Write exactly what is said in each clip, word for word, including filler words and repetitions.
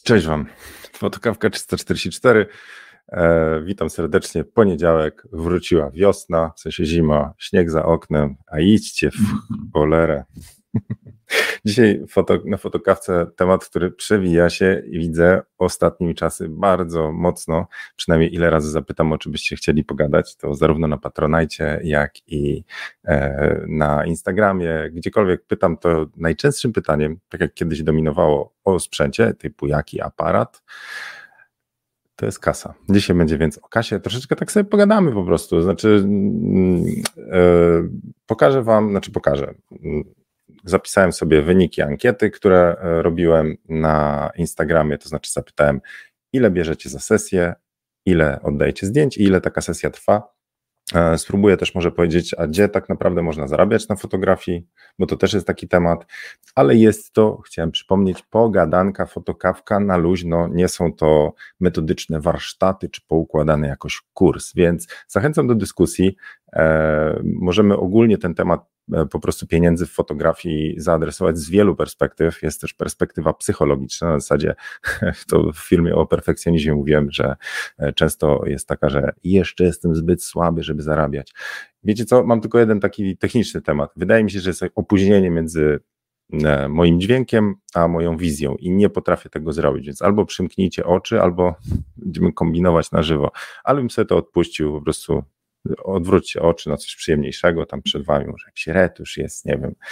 Cześć Wam, Fotokawka trzysta czterdzieści cztery, e, witam serdecznie, poniedziałek, wróciła wiosna, w sensie zima, śnieg za oknem, a idźcie w cholerę. Dzisiaj foto, na Fotokawce temat, który przewija się i widzę ostatnimi czasy bardzo mocno, przynajmniej ile razy zapytam, o czym byście chcieli pogadać, to zarówno na Patronite, jak i e, na Instagramie, gdziekolwiek pytam, to najczęstszym pytaniem, tak jak kiedyś dominowało o sprzęcie, typu jaki aparat, to jest kasa. Dzisiaj będzie więc o kasie, troszeczkę tak sobie pogadamy po prostu, znaczy e, pokażę Wam, znaczy pokażę, zapisałem sobie wyniki ankiety, które robiłem na Instagramie, to znaczy zapytałem, ile bierzecie za sesję, ile oddajecie zdjęć i ile taka sesja trwa. Spróbuję też może powiedzieć, a gdzie tak naprawdę można zarabiać na fotografii, bo to też jest taki temat, ale jest to, chciałem przypomnieć, pogadanka, fotokawka na luźno, nie są to metodyczne warsztaty czy poukładany jakoś kurs, więc zachęcam do dyskusji, e, możemy ogólnie ten temat po prostu pieniędzy w fotografii zaadresować z wielu perspektyw. Jest też perspektywa psychologiczna, na zasadzie to w filmie o perfekcjonizmie mówiłem, że często jest taka, że jeszcze jestem zbyt słaby, żeby zarabiać. Wiecie co, mam tylko jeden taki techniczny temat. Wydaje mi się, że jest opóźnienie między moim dźwiękiem a moją wizją i nie potrafię tego zrobić, więc albo przymknijcie oczy, albo będziemy kombinować na żywo, ale bym sobie to odpuścił, po prostu odwróćcie oczy na coś przyjemniejszego, tam przed Wami może jakiś retusz jest, nie wiem,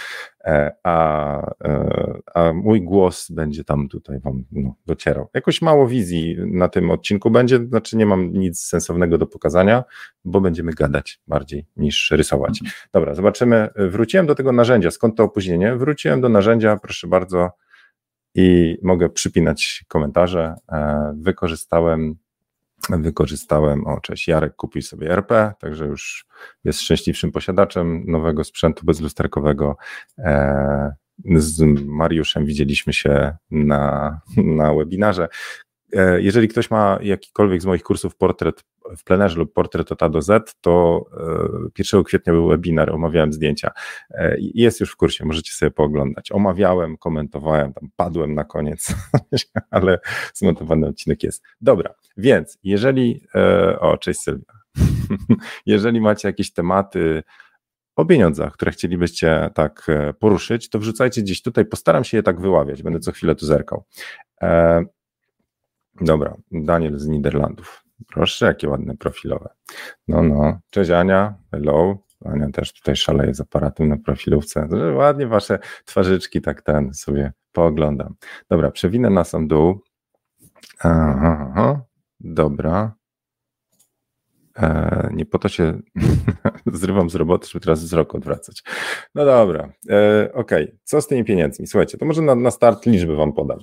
a, a mój głos będzie tam tutaj Wam no, docierał. Jakoś mało wizji na tym odcinku będzie, znaczy nie mam nic sensownego do pokazania, bo będziemy gadać bardziej niż rysować. Dobra, zobaczymy. Wróciłem do tego narzędzia. Skąd to opóźnienie? Wróciłem do narzędzia, proszę bardzo, i mogę przypinać komentarze. Wykorzystałem Wykorzystałem, o cześć, Jarek kupił sobie R P, także już jest szczęśliwszym posiadaczem nowego sprzętu bezlusterkowego. E, z Mariuszem widzieliśmy się na, na webinarze. E, jeżeli ktoś ma jakikolwiek z moich kursów portret w plenerze lub portret od A do Z, to e, pierwszego kwietnia był webinar, omawiałem zdjęcia. E, jest już w kursie, możecie sobie pooglądać. Omawiałem, komentowałem, tam padłem na koniec, ale zmontowany odcinek jest. Dobra, więc jeżeli, e, o cześć Sylwia, jeżeli macie jakieś tematy o pieniądzach, które chcielibyście tak poruszyć, to wrzucajcie gdzieś tutaj, postaram się je tak wyławiać, będę co chwilę tu zerkał. E, dobra, Daniel z Niderlandów. Proszę, jakie ładne profilowe. No, no. Cześć Ania, hello. Ania też tutaj szaleje z aparatem na profilówce. Ładnie wasze twarzyczki, tak ten sobie pooglądam. Dobra, przewinę na sam dół. Aha, aha. Dobra. E, nie po to się zrywam z roboty, żeby teraz wzrok odwracać. No dobra, e, okej. Okay. Co z tymi pieniędzmi? Słuchajcie, to może na, na start liczby wam podam.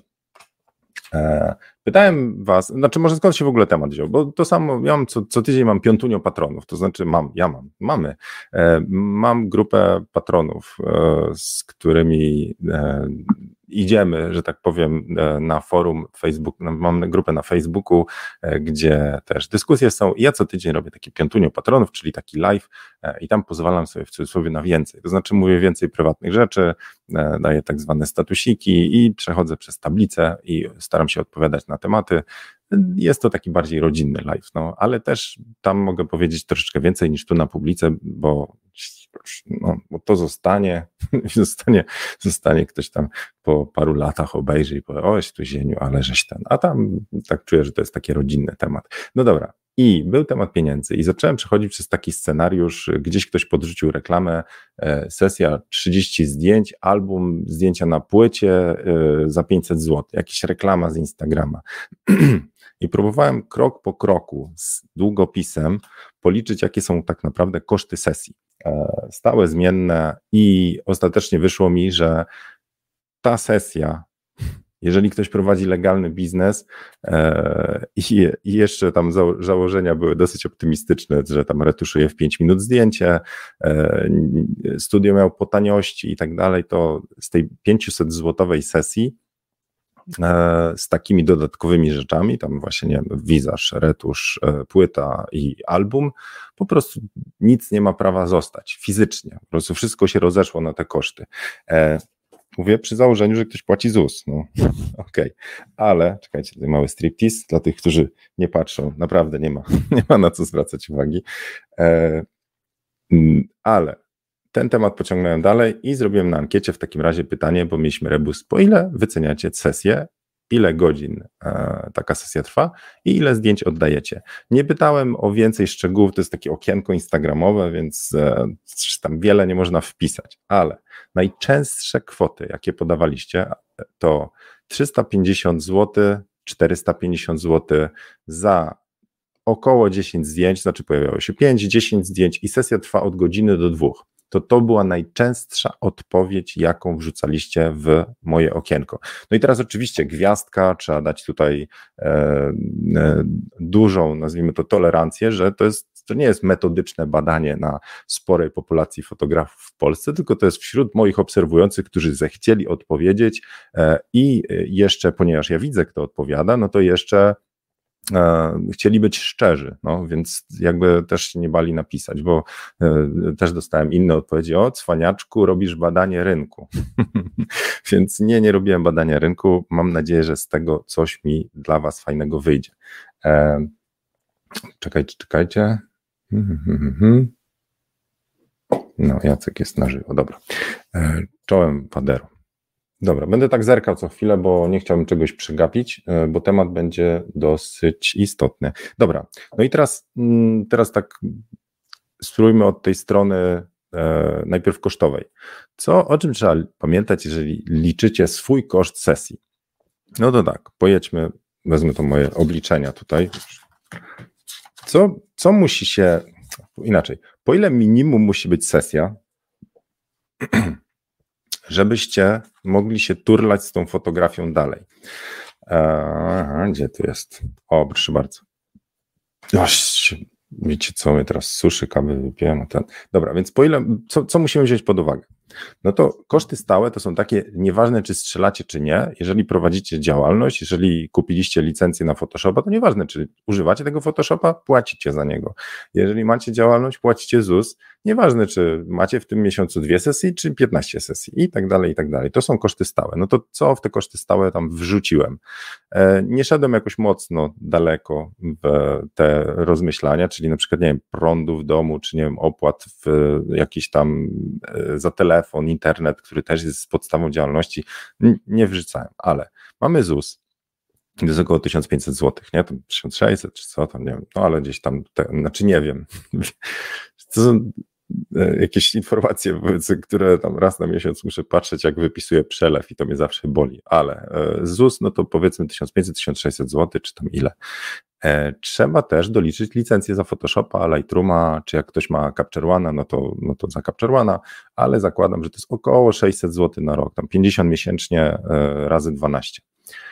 Pytałem was, znaczy może skąd się w ogóle temat wziął, bo to samo, ja mam co, co tydzień mam piątunio patronów, to znaczy mam, ja mam, mamy, mam grupę patronów, z którymi idziemy, że tak powiem, na forum Facebook, mam grupę na Facebooku, gdzie też dyskusje są i ja co tydzień robię takie piątunio patronów, czyli taki live i tam pozwalam sobie w cudzysłowie na więcej, to znaczy mówię więcej prywatnych rzeczy, daję tak zwane statusiki i przechodzę przez tablicę i staram się odpowiadać na tematy. Jest to taki bardziej rodzinny live, no, ale też tam mogę powiedzieć troszeczkę więcej niż tu na publice, bo, no, bo to zostanie, zostanie, zostanie ktoś tam po paru latach obejrzy i powie, oś tu zieniu, ale żeś ten, a tam tak czuję, że to jest taki rodzinny temat. No dobra, i był temat pieniędzy i zacząłem przechodzić przez taki scenariusz, gdzieś ktoś podrzucił reklamę, sesja trzydzieści zdjęć, album, zdjęcia na płycie za pięćset złotych, jakaś reklama z Instagrama. I próbowałem krok po kroku z długopisem policzyć, jakie są tak naprawdę koszty sesji. Stałe, zmienne i ostatecznie wyszło mi, że ta sesja, jeżeli ktoś prowadzi legalny biznes e, i, i jeszcze tam za, założenia były dosyć optymistyczne, że tam retuszuje w pięć minut zdjęcie, e, studio miał po taniości i tak dalej, to z tej pięćset złotowej sesji e, z takimi dodatkowymi rzeczami, tam właśnie nie wiem, wizaż, retusz, e, płyta i album, po prostu nic nie ma prawa zostać fizycznie, po prostu wszystko się rozeszło na te koszty. E, mówię przy założeniu, że ktoś płaci ZUS. No, okej, okay. Ale, czekajcie, tutaj mały striptease dla tych, którzy nie patrzą, naprawdę nie ma, nie ma na co zwracać uwagi, e, ale ten temat pociągnąłem dalej i zrobiłem na ankiecie w takim razie pytanie, bo mieliśmy rebus, po ile wyceniacie sesję, ile godzin e, taka sesja trwa i ile zdjęć oddajecie. Nie pytałem o więcej szczegółów, to jest takie okienko instagramowe, więc e, tam wiele nie można wpisać, ale najczęstsze kwoty, jakie podawaliście, to trzysta pięćdziesiąt złotych, czterysta pięćdziesiąt złotych za około dziesięć zdjęć, znaczy pojawiało się pięć, dziesięć zdjęć i sesja trwa od godziny do dwóch. To to była najczęstsza odpowiedź, jaką wrzucaliście w moje okienko. No i teraz oczywiście gwiazdka, trzeba dać tutaj e, e, dużą, nazwijmy to, tolerancję, że to jest to nie jest metodyczne badanie na sporej populacji fotografów w Polsce, tylko to jest wśród moich obserwujących, którzy zechcieli odpowiedzieć e, i jeszcze, ponieważ ja widzę, kto odpowiada, no to jeszcze chcieli być szczerzy, no więc jakby też się nie bali napisać, bo y, też dostałem inne odpowiedzi, o cwaniaczku, robisz badanie rynku, więc nie, nie robiłem badania rynku, mam nadzieję, że z tego coś mi dla was fajnego wyjdzie. E, czekajcie, czekajcie. No, Jacek jest na żywo, dobra. E, czołem Padero. Dobra, będę tak zerkał co chwilę, bo nie chciałbym czegoś przegapić, bo temat będzie dosyć istotny. Dobra, no i teraz, teraz tak spróbujmy od tej strony e, najpierw kosztowej. Co, o czym trzeba pamiętać, jeżeli liczycie swój koszt sesji? No to tak, pojedźmy, wezmę to moje obliczenia tutaj. Co, co musi się, inaczej, po ile minimum musi być sesja, żebyście mogli się turlać z tą fotografią dalej. Eee, gdzie tu jest? O, proszę bardzo. Oś, wiecie co, my teraz suszy, kawy wypiłem. Ten. Dobra, więc po ile, co, co musimy wziąć pod uwagę? No to koszty stałe to są takie, nieważne czy strzelacie czy nie, jeżeli prowadzicie działalność, jeżeli kupiliście licencję na Photoshopa, to nieważne czy używacie tego Photoshopa, płacicie za niego. Jeżeli macie działalność, płacicie ZUS, nieważne czy macie w tym miesiącu dwie sesje czy piętnaście sesji i tak dalej, i tak dalej. To są koszty stałe. No to co w te koszty stałe tam wrzuciłem? Nie szedłem jakoś mocno daleko w te rozmyślania, czyli na przykład, nie wiem, prądu w domu, czy nie wiem, opłat w jakiś tam za telefon, internet, który też jest podstawą działalności, nie wrzucałem, ale mamy ZUS, to jest około tysiąc pięćset złotych, nie? To tysiąc sześćset czy co tam, nie wiem, no ale gdzieś tam, te, znaczy nie wiem, to są jakieś informacje, które tam raz na miesiąc muszę patrzeć, jak wypisuję przelew i to mnie zawsze boli, ale ZUS, no to powiedzmy tysiąc pięćset, tysiąc sześćset złotych, czy tam ile. Trzeba też doliczyć licencję za Photoshopa, Lightrooma, czy jak ktoś ma Capture One'a, no to, no to za Capture One'a, ale zakładam, że to jest około sześćset złotych na rok, tam pięćdziesiąt miesięcznie razy dwanaście.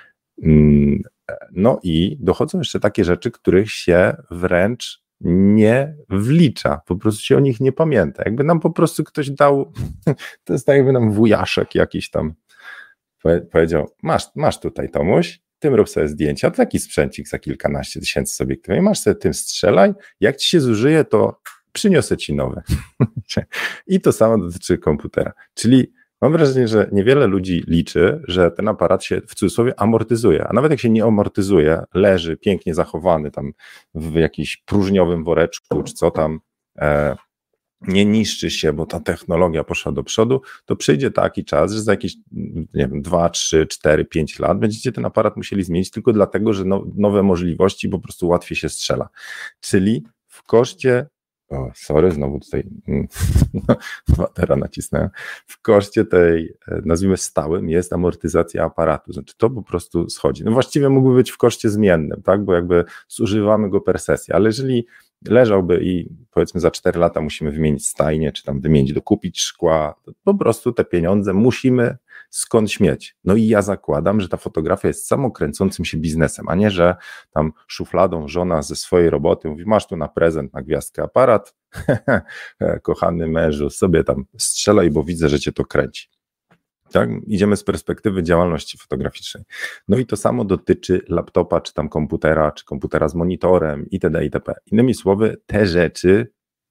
No i dochodzą jeszcze takie rzeczy, których się wręcz nie wlicza, po prostu się o nich nie pamięta. Jakby nam po prostu ktoś dał, to jest tak jakby nam wujaszek jakiś tam powiedział, masz, masz tutaj Tomuś, tym rób sobie zdjęcia, to taki sprzęcik za kilkanaście tysięcy z obiektywem, masz sobie tym strzelaj, jak ci się zużyje, to przyniosę ci nowe. I to samo dotyczy komputera, czyli mam wrażenie, że niewiele ludzi liczy, że ten aparat się w cudzysłowie amortyzuje, a nawet jak się nie amortyzuje, leży pięknie zachowany tam w jakimś próżniowym woreczku, czy co tam, e, nie niszczy się, bo ta technologia poszła do przodu, to przyjdzie taki czas, że za jakieś, nie wiem, dwa, trzy, cztery, pięć lat będziecie ten aparat musieli zmienić tylko dlatego, że no, nowe możliwości po prostu łatwiej się strzela. Czyli w koszcie, o, sorry, znowu tutaj batera nacisnąłem, w koszcie tej, nazwijmy stałym, jest amortyzacja aparatu, znaczy to po prostu schodzi. No właściwie mógłby być w koszcie zmiennym, tak, bo jakby zużywamy go per sesję, ale jeżeli leżałby i powiedzmy za cztery lata musimy wymienić stajnię, czy tam wymienić, dokupić szkła, to po prostu te pieniądze musimy skądś mieć. No i ja zakładam, że ta fotografia jest samokręcącym się biznesem, a nie, że tam szufladą żona ze swojej roboty mówi, masz tu na prezent, na gwiazdkę aparat, kochany mężu, sobie tam strzelaj, bo widzę, że cię to kręci. Tak? Idziemy z perspektywy działalności fotograficznej. No i to samo dotyczy laptopa, czy tam komputera, czy komputera z monitorem itd. itp. Innymi słowy, te rzeczy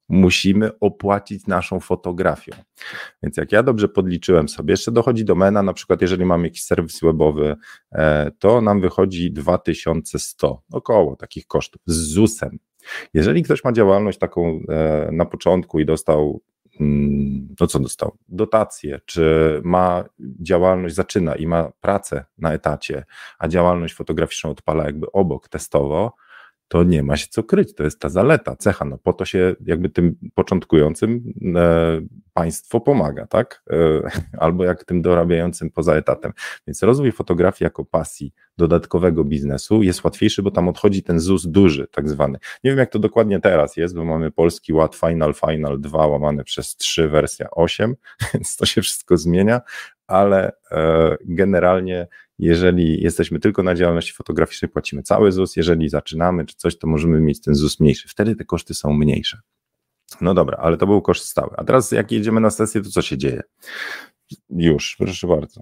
musimy opłacić naszą fotografią. Więc jak ja dobrze podliczyłem sobie, jeszcze dochodzi domena, na przykład jeżeli mamy jakiś serwis webowy, to nam wychodzi dwa tysiące sto, około takich kosztów z zusem. Jeżeli ktoś ma działalność taką na początku i dostał, no co dostał, dotację, czy ma działalność, zaczyna i ma pracę na etacie, a działalność fotograficzną odpala jakby obok testowo, to nie ma się co kryć, to jest ta zaleta, cecha, no po to się jakby tym początkującym e, państwo pomaga, tak, e, albo jak tym dorabiającym poza etatem, więc rozwój fotografii jako pasji dodatkowego biznesu jest łatwiejszy, bo tam odchodzi ten Z U S duży, tak zwany, nie wiem jak to dokładnie teraz jest, bo mamy polski ład Final Final dwa łamane przez trzy wersja osiem, więc to się wszystko zmienia, ale e, generalnie jeżeli jesteśmy tylko na działalności fotograficznej, płacimy cały Z U S, jeżeli zaczynamy czy coś, to możemy mieć ten Z U S mniejszy, wtedy te koszty są mniejsze. No dobra, ale to był koszt stały. A teraz jak jedziemy na sesję, to co się dzieje? Już, proszę bardzo.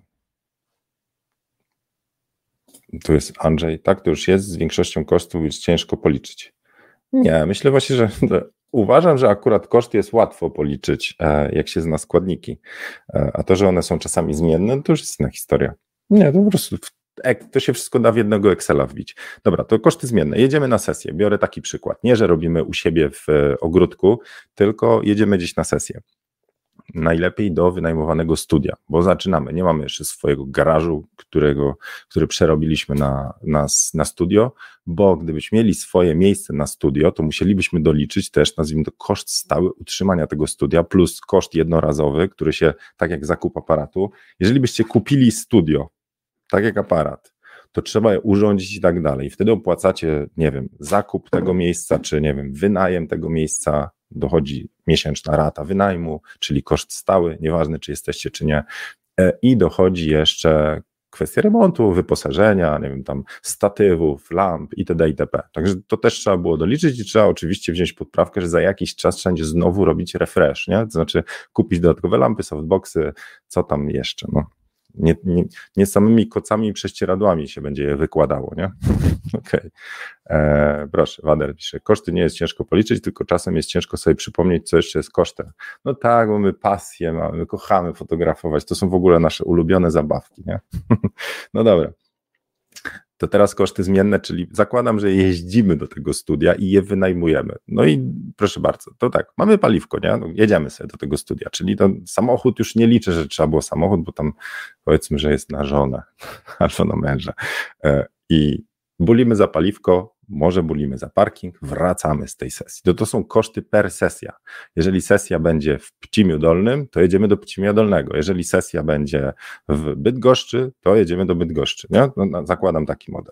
Tu jest Andrzej, tak, to już jest, z większością kosztów jest ciężko policzyć. Nie, myślę właśnie, że uważam, że akurat koszty jest łatwo policzyć, jak się zna składniki, a to, że one są czasami zmienne, to już jest inna historia. Nie, to po prostu to się wszystko da w jednego Excela wbić. Dobra, to koszty zmienne. Jedziemy na sesję. Biorę taki przykład. Nie, że robimy u siebie w ogródku, tylko jedziemy gdzieś na sesję. Najlepiej do wynajmowanego studia, bo zaczynamy. Nie mamy jeszcze swojego garażu, którego, który przerobiliśmy na, na, na studio, bo gdybyśmy mieli swoje miejsce na studio, to musielibyśmy doliczyć też, nazwijmy to, koszt stały utrzymania tego studia plus koszt jednorazowy, który się, tak jak zakup aparatu, jeżeli byście kupili studio, tak jak aparat, to trzeba je urządzić i tak dalej. Wtedy opłacacie, nie wiem, zakup tego miejsca, czy nie wiem, wynajem tego miejsca, dochodzi miesięczna rata wynajmu, czyli koszt stały, nieważne czy jesteście, czy nie, i dochodzi jeszcze kwestia remontu, wyposażenia, nie wiem, tam statywów, lamp itd. itp. Także to też trzeba było doliczyć i trzeba oczywiście wziąć pod poprawkę, że za jakiś czas trzeba będzie znowu robić refresh, nie? To znaczy kupić dodatkowe lampy, softboxy, co tam jeszcze, no. Nie, nie, nie samymi kocami i prześcieradłami się będzie je wykładało, nie? Okej. Okay. Proszę, Wader pisze, koszty nie jest ciężko policzyć, tylko czasem jest ciężko sobie przypomnieć, co jeszcze jest kosztem. No tak, bo my pasję mamy, my kochamy fotografować, to są w ogóle nasze ulubione zabawki, nie? No dobra. To teraz koszty zmienne, czyli zakładam, że jeździmy do tego studia i je wynajmujemy. No i proszę bardzo, to tak, mamy paliwko, nie? No, jedziemy sobie do tego studia, czyli to samochód już nie liczę, że trzeba było samochód, bo tam powiedzmy, że jest na żonę albo na męża. I bulimy za paliwko, może bulimy za parking, wracamy z tej sesji. To, to są koszty per sesja. Jeżeli sesja będzie w Pcimiu Dolnym, to jedziemy do Pcimia Dolnego. Jeżeli sesja będzie w Bydgoszczy, to jedziemy do Bydgoszczy. Nie? No, zakładam taki model.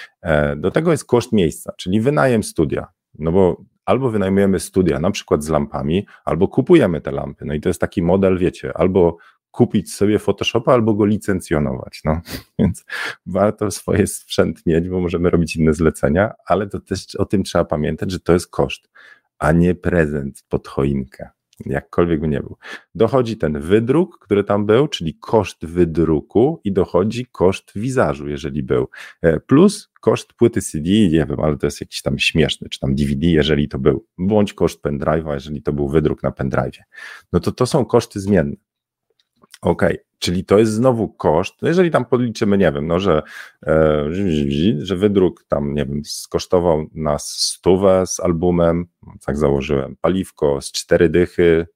Do tego jest koszt miejsca, czyli wynajem studia. No bo albo wynajmujemy studia na przykład z lampami, albo kupujemy te lampy. No i to jest taki model, wiecie, albo kupić sobie Photoshopa albo go licencjonować, no, więc warto swoje sprzęt mieć, bo możemy robić inne zlecenia, ale to też o tym trzeba pamiętać, że to jest koszt, a nie prezent pod choinkę, jakkolwiek by nie był. Dochodzi ten wydruk, który tam był, czyli koszt wydruku i dochodzi koszt wizażu, jeżeli był, plus koszt płyty C D, nie wiem, ale to jest jakiś tam śmieszny, czy tam D V D, jeżeli to był, bądź koszt pendrive'a, jeżeli to był wydruk na pendrive'ie. No to to są koszty zmienne. Okej, okay, czyli to jest znowu koszt, no jeżeli tam podliczymy, nie wiem, no, że, e, że wydruk tam, nie wiem, skosztował nas stówę z albumem, tak założyłem, paliwko z cztery dychy,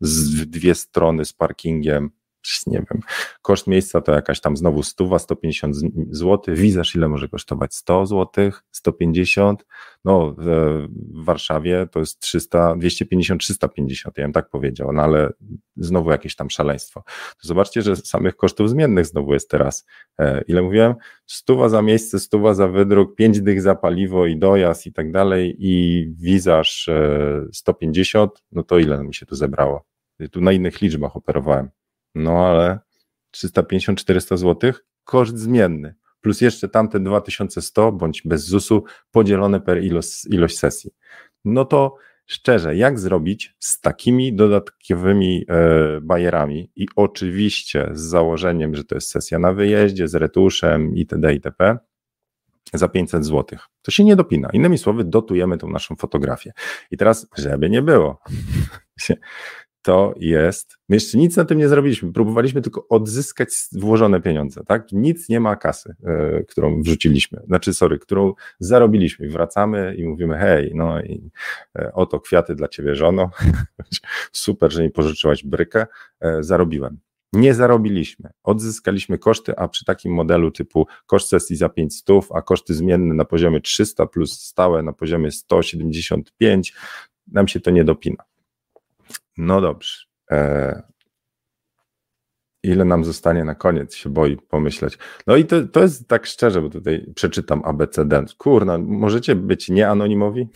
z dwie strony z parkingiem, nie wiem, koszt miejsca to jakaś tam znowu stuwa, sto pięćdziesiąt złotych, wizaż ile może kosztować? sto złotych, sto pięćdziesiąt, no w Warszawie to jest trzysta, dwieście pięćdziesiąt, trzysta pięćdziesiąt, ja bym tak powiedział, no ale znowu jakieś tam szaleństwo. To zobaczcie, że samych kosztów zmiennych znowu jest teraz, e, ile mówiłem? Stuwa za miejsce, stuwa za wydruk, pięć dych za paliwo i dojazd i tak dalej i wizaż e, sto pięćdziesiąt, no to ile mi się tu zebrało? Tu na innych liczbach operowałem. No ale trzysta pięćdziesiąt, czterysta złotych, koszt zmienny, plus jeszcze tamte dwa tysiące sto, bądź bez Z U S-u, podzielone per ilość, ilość sesji. No to szczerze, jak zrobić z takimi dodatkowymi e, bajerami i oczywiście z założeniem, że to jest sesja na wyjeździe, z retuszem itd. itp. za pięćset złotych. To się nie dopina. Innymi słowy, dotujemy tą naszą fotografię. I teraz, żeby nie było, to jest, my jeszcze nic na tym nie zrobiliśmy, próbowaliśmy tylko odzyskać włożone pieniądze, tak? Nic nie ma kasy, y, którą wrzuciliśmy, znaczy sorry, którą zarobiliśmy i wracamy i mówimy hej, no i y, oto kwiaty dla ciebie żono, super, że mi pożyczyłaś brykę, y, zarobiłem. Nie zarobiliśmy, odzyskaliśmy koszty, a przy takim modelu typu koszt sesji za pięćset, a koszty zmienne na poziomie trzysta plus stałe na poziomie sto siedemdziesiąt pięć, nam się to nie dopina. No dobrze. E, ile nam zostanie na koniec, się boi pomyśleć. No i to, to jest tak szczerze, bo tutaj przeczytam A B C D. Kurna, możecie być nieanonimowi?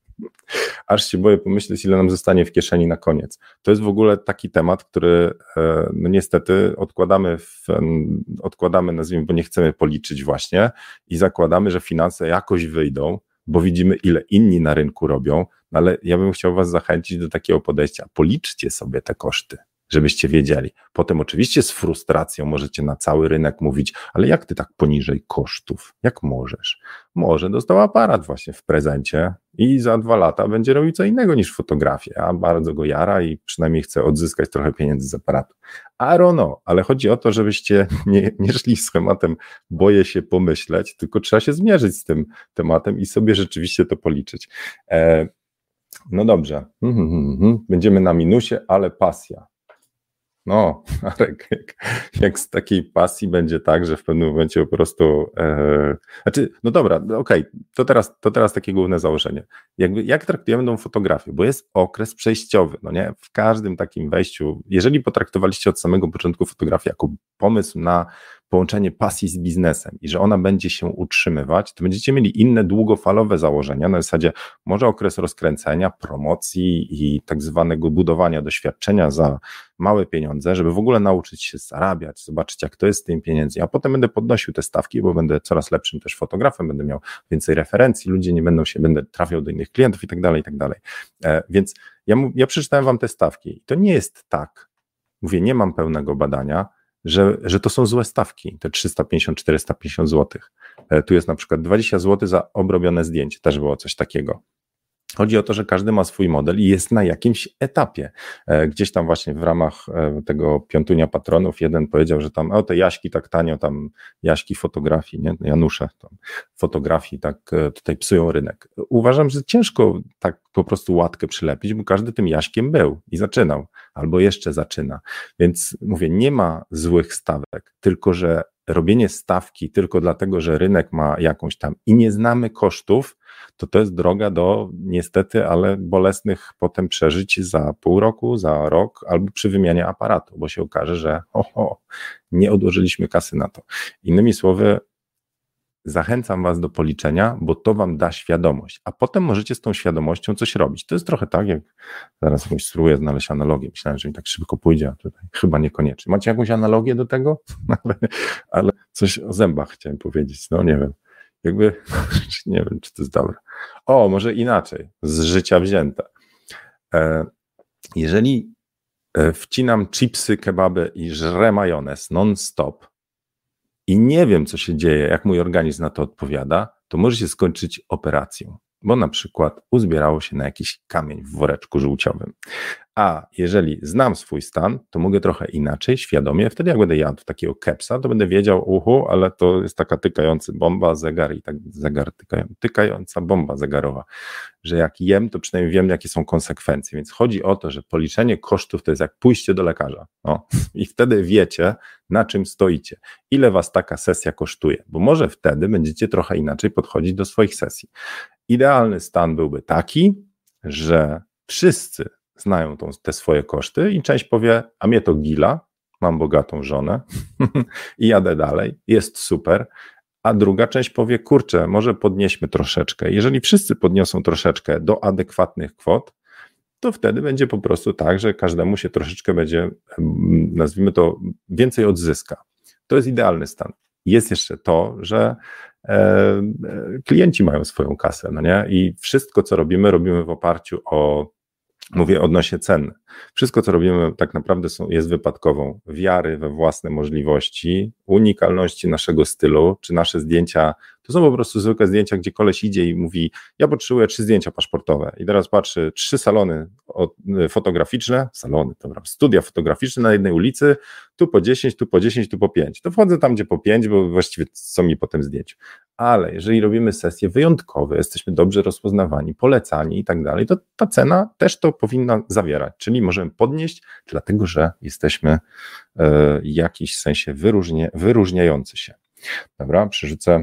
Aż się boję pomyśleć, ile nam zostanie w kieszeni na koniec. To jest w ogóle taki temat, który e, no niestety odkładamy, w, odkładamy, nazwijmy, bo nie chcemy policzyć właśnie i zakładamy, że finanse jakoś wyjdą, bo widzimy, ile inni na rynku robią, no ale ja bym chciał was zachęcić do takiego podejścia. Policzcie sobie te koszty, żebyście wiedzieli. Potem oczywiście z frustracją możecie na cały rynek mówić, ale jak ty tak poniżej kosztów? Jak możesz? Może dostał aparat właśnie w prezencie i za dwa lata będzie robił co innego niż fotografię, a bardzo go jara i przynajmniej chce odzyskać trochę pieniędzy z aparatu. I don't know, ale chodzi o to, żebyście nie, nie szli schematem boję się pomyśleć, tylko trzeba się zmierzyć z tym tematem i sobie rzeczywiście to policzyć. E, no dobrze, będziemy na minusie, ale pasja. No, Arek, jak, jak z takiej pasji będzie tak, że w pewnym momencie po prostu, e, znaczy, no dobra, okej, okay, to, teraz, to teraz takie główne założenie. Jakby, jak traktujemy tą fotografię, bo jest okres przejściowy, no nie, w każdym takim wejściu, jeżeli potraktowaliście od samego początku fotografię jako pomysł na połączenie pasji z biznesem i że ona będzie się utrzymywać, to będziecie mieli inne długofalowe założenia, na zasadzie może okres rozkręcenia, promocji i tak zwanego budowania doświadczenia za małe pieniądze, żeby w ogóle nauczyć się zarabiać, zobaczyć jak to jest z tymi pieniędzmi, a potem będę podnosił te stawki, bo będę coraz lepszym też fotografem, będę miał więcej referencji, ludzie nie będą się, będę trafiał do innych klientów i tak dalej, i tak dalej. E, więc ja, ja przeczytałem wam te stawki i to nie jest tak, mówię, nie mam pełnego badania, Że, że to są złe stawki, te trzysta pięćdziesiąt do czterystu pięćdziesięciu złotych. E, tu jest na przykład dwadzieścia złotych za obrobione zdjęcie, też było coś takiego. Chodzi o to, że każdy ma swój model i jest na jakimś etapie. E, gdzieś tam właśnie w ramach e, tego piątunia patronów jeden powiedział, że tam o te Jaśki tak tanio, tam Jaśki fotografii, nie? Janusze tam fotografii tak e, tutaj psują rynek. Uważam, że ciężko tak po prostu łatkę przylepić, bo każdy tym Jaśkiem był i zaczynał, albo jeszcze zaczyna. Więc mówię, nie ma złych stawek, tylko że robienie stawki tylko dlatego, że rynek ma jakąś tam i nie znamy kosztów, to to jest droga do niestety, ale bolesnych potem przeżyć za pół roku, za rok albo przy wymianie aparatu, bo się okaże, że oho, nie odłożyliśmy kasy na to. Innymi słowy, zachęcam was do policzenia, bo to wam da świadomość, a potem możecie z tą świadomością coś robić. To jest trochę tak, jak zaraz mój spróbuję znaleźć analogię. Myślałem, że mi tak szybko pójdzie, a tutaj chyba niekoniecznie. Macie jakąś analogię do tego? ale, ale coś o zębach chciałem powiedzieć, no nie wiem. Jakby, nie wiem, czy to jest dobre. O, może inaczej, z życia wzięte. Jeżeli wcinam chipsy, kebaby i żrę majonez non-stop i nie wiem, co się dzieje, jak mój organizm na to odpowiada, to może się skończyć operacją, bo na przykład uzbierało się na jakiś kamień w woreczku żółciowym. A jeżeli znam swój stan, to mogę trochę inaczej, świadomie, wtedy jak będę jadł takiego kepsa, to będę wiedział, uhu, ale to jest taka tykająca bomba, zegar i tak zegar tykają, tykająca bomba zegarowa, że jak jem, to przynajmniej wiem, jakie są konsekwencje, więc chodzi o to, że policzenie kosztów to jest jak pójście do lekarza, no. I wtedy wiecie, na czym stoicie, ile was taka sesja kosztuje, bo może wtedy będziecie trochę inaczej podchodzić do swoich sesji. Idealny stan byłby taki, że wszyscy znają tą, te swoje koszty i część powie, a mnie to gila, mam bogatą żonę i jadę dalej, jest super, a druga część powie, kurczę, może podnieśmy troszeczkę. Jeżeli wszyscy podniosą troszeczkę do adekwatnych kwot, to wtedy będzie po prostu tak, że każdemu się troszeczkę będzie, nazwijmy to, więcej odzyska. To jest idealny stan. Jest jeszcze to, że e, klienci mają swoją kasę, no nie? I wszystko, co robimy, robimy w oparciu o, mówię odnośnie cen. Wszystko, co robimy, tak naprawdę są, jest wypadkową wiary we własne możliwości, unikalności naszego stylu, czy nasze zdjęcia to To są po prostu zwykłe zdjęcia, gdzie koleś idzie i mówi, ja potrzebuję trzy zdjęcia paszportowe i teraz patrzy, trzy salony fotograficzne, salony, dobra, studia fotograficzne na jednej ulicy, tu po dziesięć, tu po dziesięć, tu po pięć. To wchodzę tam, gdzie po pięć, bo właściwie są mi po tym zdjęciu. Ale jeżeli robimy sesje wyjątkowe, jesteśmy dobrze rozpoznawani, polecani i tak dalej, to ta cena też to powinna zawierać, czyli możemy podnieść, dlatego że jesteśmy w jakiś sensie wyróżnie, wyróżniający się. Dobra, przerzucę.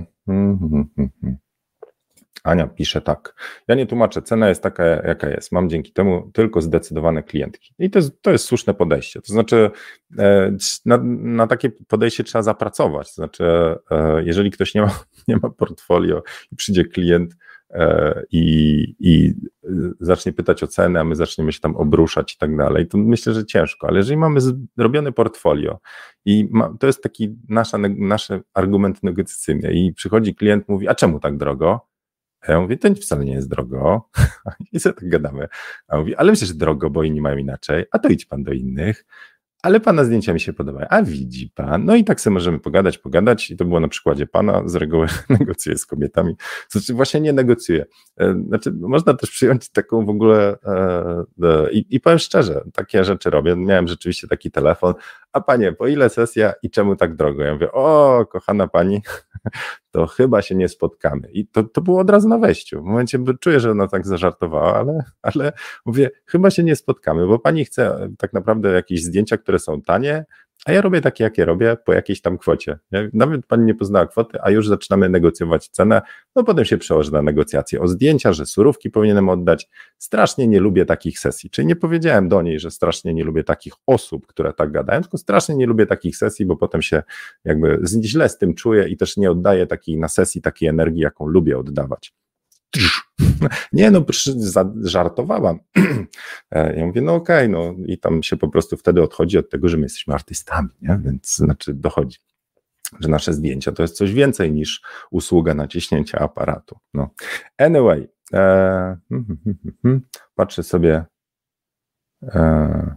Ania pisze tak, ja nie tłumaczę, cena jest taka, jaka jest, mam dzięki temu tylko zdecydowane klientki. I to jest, to jest słuszne podejście, to znaczy na, na takie podejście trzeba zapracować, to znaczy jeżeli ktoś nie ma, nie ma portfolio i przyjdzie klient i, i zacznie pytać o cenę, a my zaczniemy się tam obruszać i tak dalej, to myślę, że ciężko, ale jeżeli mamy zrobione portfolio i ma, to jest taki nasza, nasz argument negocjacyjny i przychodzi klient, mówi, a czemu tak drogo? A ja mówię, to wcale nie jest drogo i sobie tak gadamy. A on mówi, ale myślę, że drogo, bo inni mają inaczej, a to idź pan do innych. Ale pana zdjęcia mi się podobają, a widzi pan, no i tak sobie możemy pogadać, pogadać i to było na przykładzie pana, z reguły negocjuję z kobietami, znaczy właśnie nie negocjuję, znaczy można też przyjąć taką w ogóle e, i, i powiem szczerze, takie rzeczy robię, miałem rzeczywiście taki telefon, a panie, po ile sesja i czemu tak drogo? Ja mówię, o kochana pani, to chyba się nie spotkamy i to, to było od razu na wejściu, w momencie czuję, że ona tak zażartowała, ale, ale mówię, chyba się nie spotkamy, bo pani chce tak naprawdę jakieś zdjęcia, które są tanie, a ja robię takie, jakie robię, po jakiejś tam kwocie. Nawet pani nie poznała kwoty, a już zaczynamy negocjować cenę, no potem się przełoży na negocjacje o zdjęcia, że surówki powinienem oddać. Strasznie nie lubię takich sesji, czyli nie powiedziałem do niej, że strasznie nie lubię takich osób, które tak gadają, tylko strasznie nie lubię takich sesji, bo potem się jakby źle z tym czuję i też nie oddaję takiej na sesji takiej energii, jaką lubię oddawać. Nie no, żartowałam. Ja mówię, no okej, okay, no i tam się po prostu wtedy odchodzi od tego, że my jesteśmy artystami, nie? Więc znaczy dochodzi, że nasze zdjęcia to jest coś więcej niż usługa naciśnięcia aparatu. No. Anyway, e, patrzę sobie e,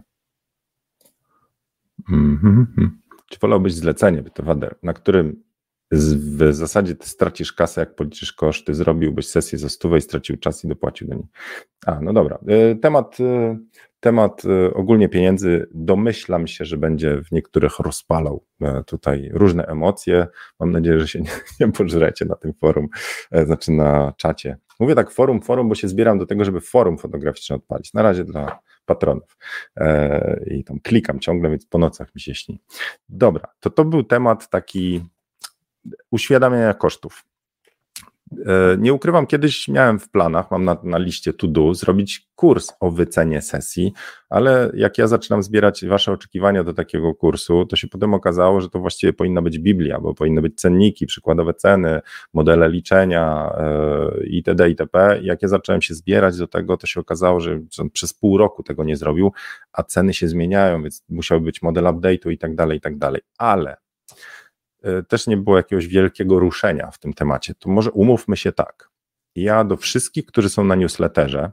czy wolałbyś zlecenie, na którym w zasadzie ty stracisz kasę, jak policzysz koszty, zrobiłbyś sesję za stówę i stracił czas i dopłacił do niej. A, no dobra. Temat, temat ogólnie pieniędzy, domyślam się, że będzie w niektórych rozpalał tutaj różne emocje. Mam nadzieję, że się nie, nie pożrecie na tym forum, znaczy na czacie. Mówię tak forum, forum, bo się zbieram do tego, żeby forum fotograficzne odpalić. Na razie dla patronów. I tam klikam ciągle, więc po nocach mi się śni. Dobra, to to był temat taki uświadamiania kosztów. Nie ukrywam, kiedyś miałem w planach, mam na, na liście to do, zrobić kurs o wycenie sesji, ale jak ja zaczynam zbierać wasze oczekiwania do takiego kursu, to się potem okazało, że to właściwie powinna być Biblia, bo powinny być cenniki, przykładowe ceny, modele liczenia itd. itp. I jak ja zacząłem się zbierać do tego, to się okazało, że przez pół roku tego nie zrobił, a ceny się zmieniają, więc musiał być model update'u i tak dalej, i tak dalej. Ale też nie było jakiegoś wielkiego ruszenia w tym temacie. To może umówmy się tak. Ja do wszystkich, którzy są na newsletterze,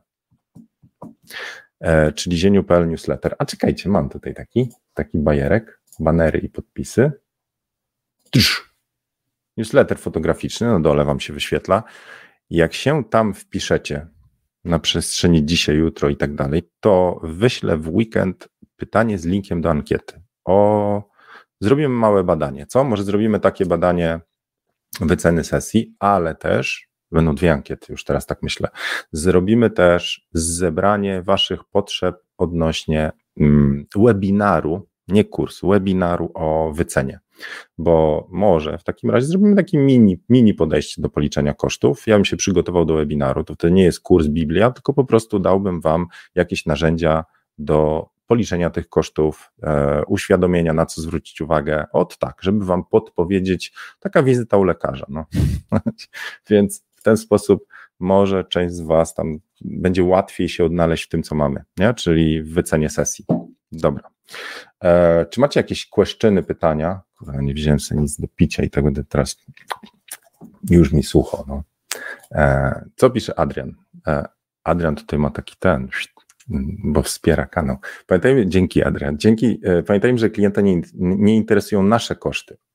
e, czyli zieniu kropka p l newsletter, a czekajcie, mam tutaj taki, taki bajerek, banery i podpisy. Tsz. Newsletter fotograficzny, na dole wam się wyświetla. Jak się tam wpiszecie na przestrzeni dzisiaj, jutro i tak dalej, to wyślę w weekend pytanie z linkiem do ankiety o zrobimy małe badanie, co? Może zrobimy takie badanie wyceny sesji, ale też, będą dwie ankiety, już teraz tak myślę, zrobimy też zebranie waszych potrzeb odnośnie mm, webinaru, nie kursu, webinaru o wycenie, bo może w takim razie zrobimy takie mini, mini podejście do policzenia kosztów. Ja bym się przygotował do webinaru, to wtedy nie jest kurs Biblia, tylko po prostu dałbym wam jakieś narzędzia do policzenia tych kosztów, e, uświadomienia, na co zwrócić uwagę, od tak, żeby wam podpowiedzieć, taka wizyta u lekarza, no. Więc w ten sposób może część z was tam będzie łatwiej się odnaleźć w tym, co mamy, nie? Czyli w wycenie sesji. Dobra. E, czy macie jakieś questiony, pytania? Kurwa, nie wziąłem sobie nic do picia i tak będę teraz, już mi sucho, no. E, co pisze Adrian? E, Adrian tutaj ma taki ten, bo wspiera kanał. Pamiętajmy, dzięki Adrian, dzięki, pamiętajmy, że klienta nie, nie interesują nasze koszty.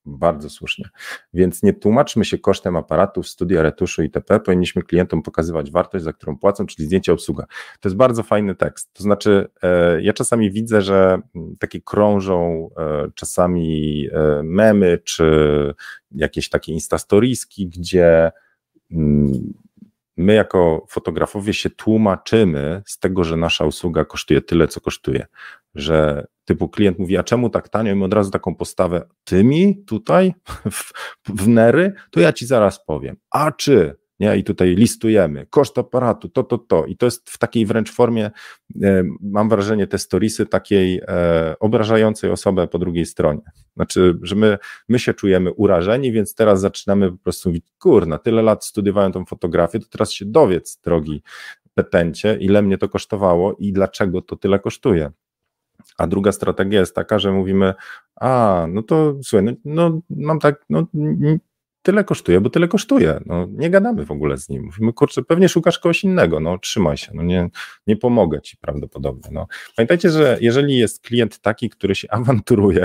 Bardzo słusznie. Więc nie tłumaczmy się kosztem aparatów, studia, retuszu itp. Powinniśmy klientom pokazywać wartość, za którą płacą, czyli zdjęcie, obsługa. To jest bardzo fajny tekst. To znaczy, e, ja czasami widzę, że takie krążą e, czasami e, memy, czy jakieś takie instastorieski, gdzie mm, my jako fotografowie się tłumaczymy z tego, że nasza usługa kosztuje tyle, co kosztuje, że typu klient mówi, a czemu tak tanio? I my od razu taką postawę, ty mi tutaj w, w nery, to ja ci zaraz powiem, a czy, nie? I tutaj listujemy, koszt aparatu, to, to, to i to jest w takiej wręcz formie, e, mam wrażenie, te storiesy takiej e, obrażającej osobę po drugiej stronie, znaczy, że my, my się czujemy urażeni, więc teraz zaczynamy po prostu mówić, kurna, tyle lat studiowałem tą fotografię, to teraz się dowiedz, drogi petencie, ile mnie to kosztowało i dlaczego to tyle kosztuje. A druga strategia jest taka, że mówimy, a no to słuchaj, no, no mam tak, no tyle kosztuje, bo tyle kosztuje, no nie gadamy w ogóle z nim, mówimy, kurczę, pewnie szukasz kogoś innego, no trzymaj się, no nie, nie pomogę ci prawdopodobnie, no. Pamiętajcie, że jeżeli jest klient taki, który się awanturuje,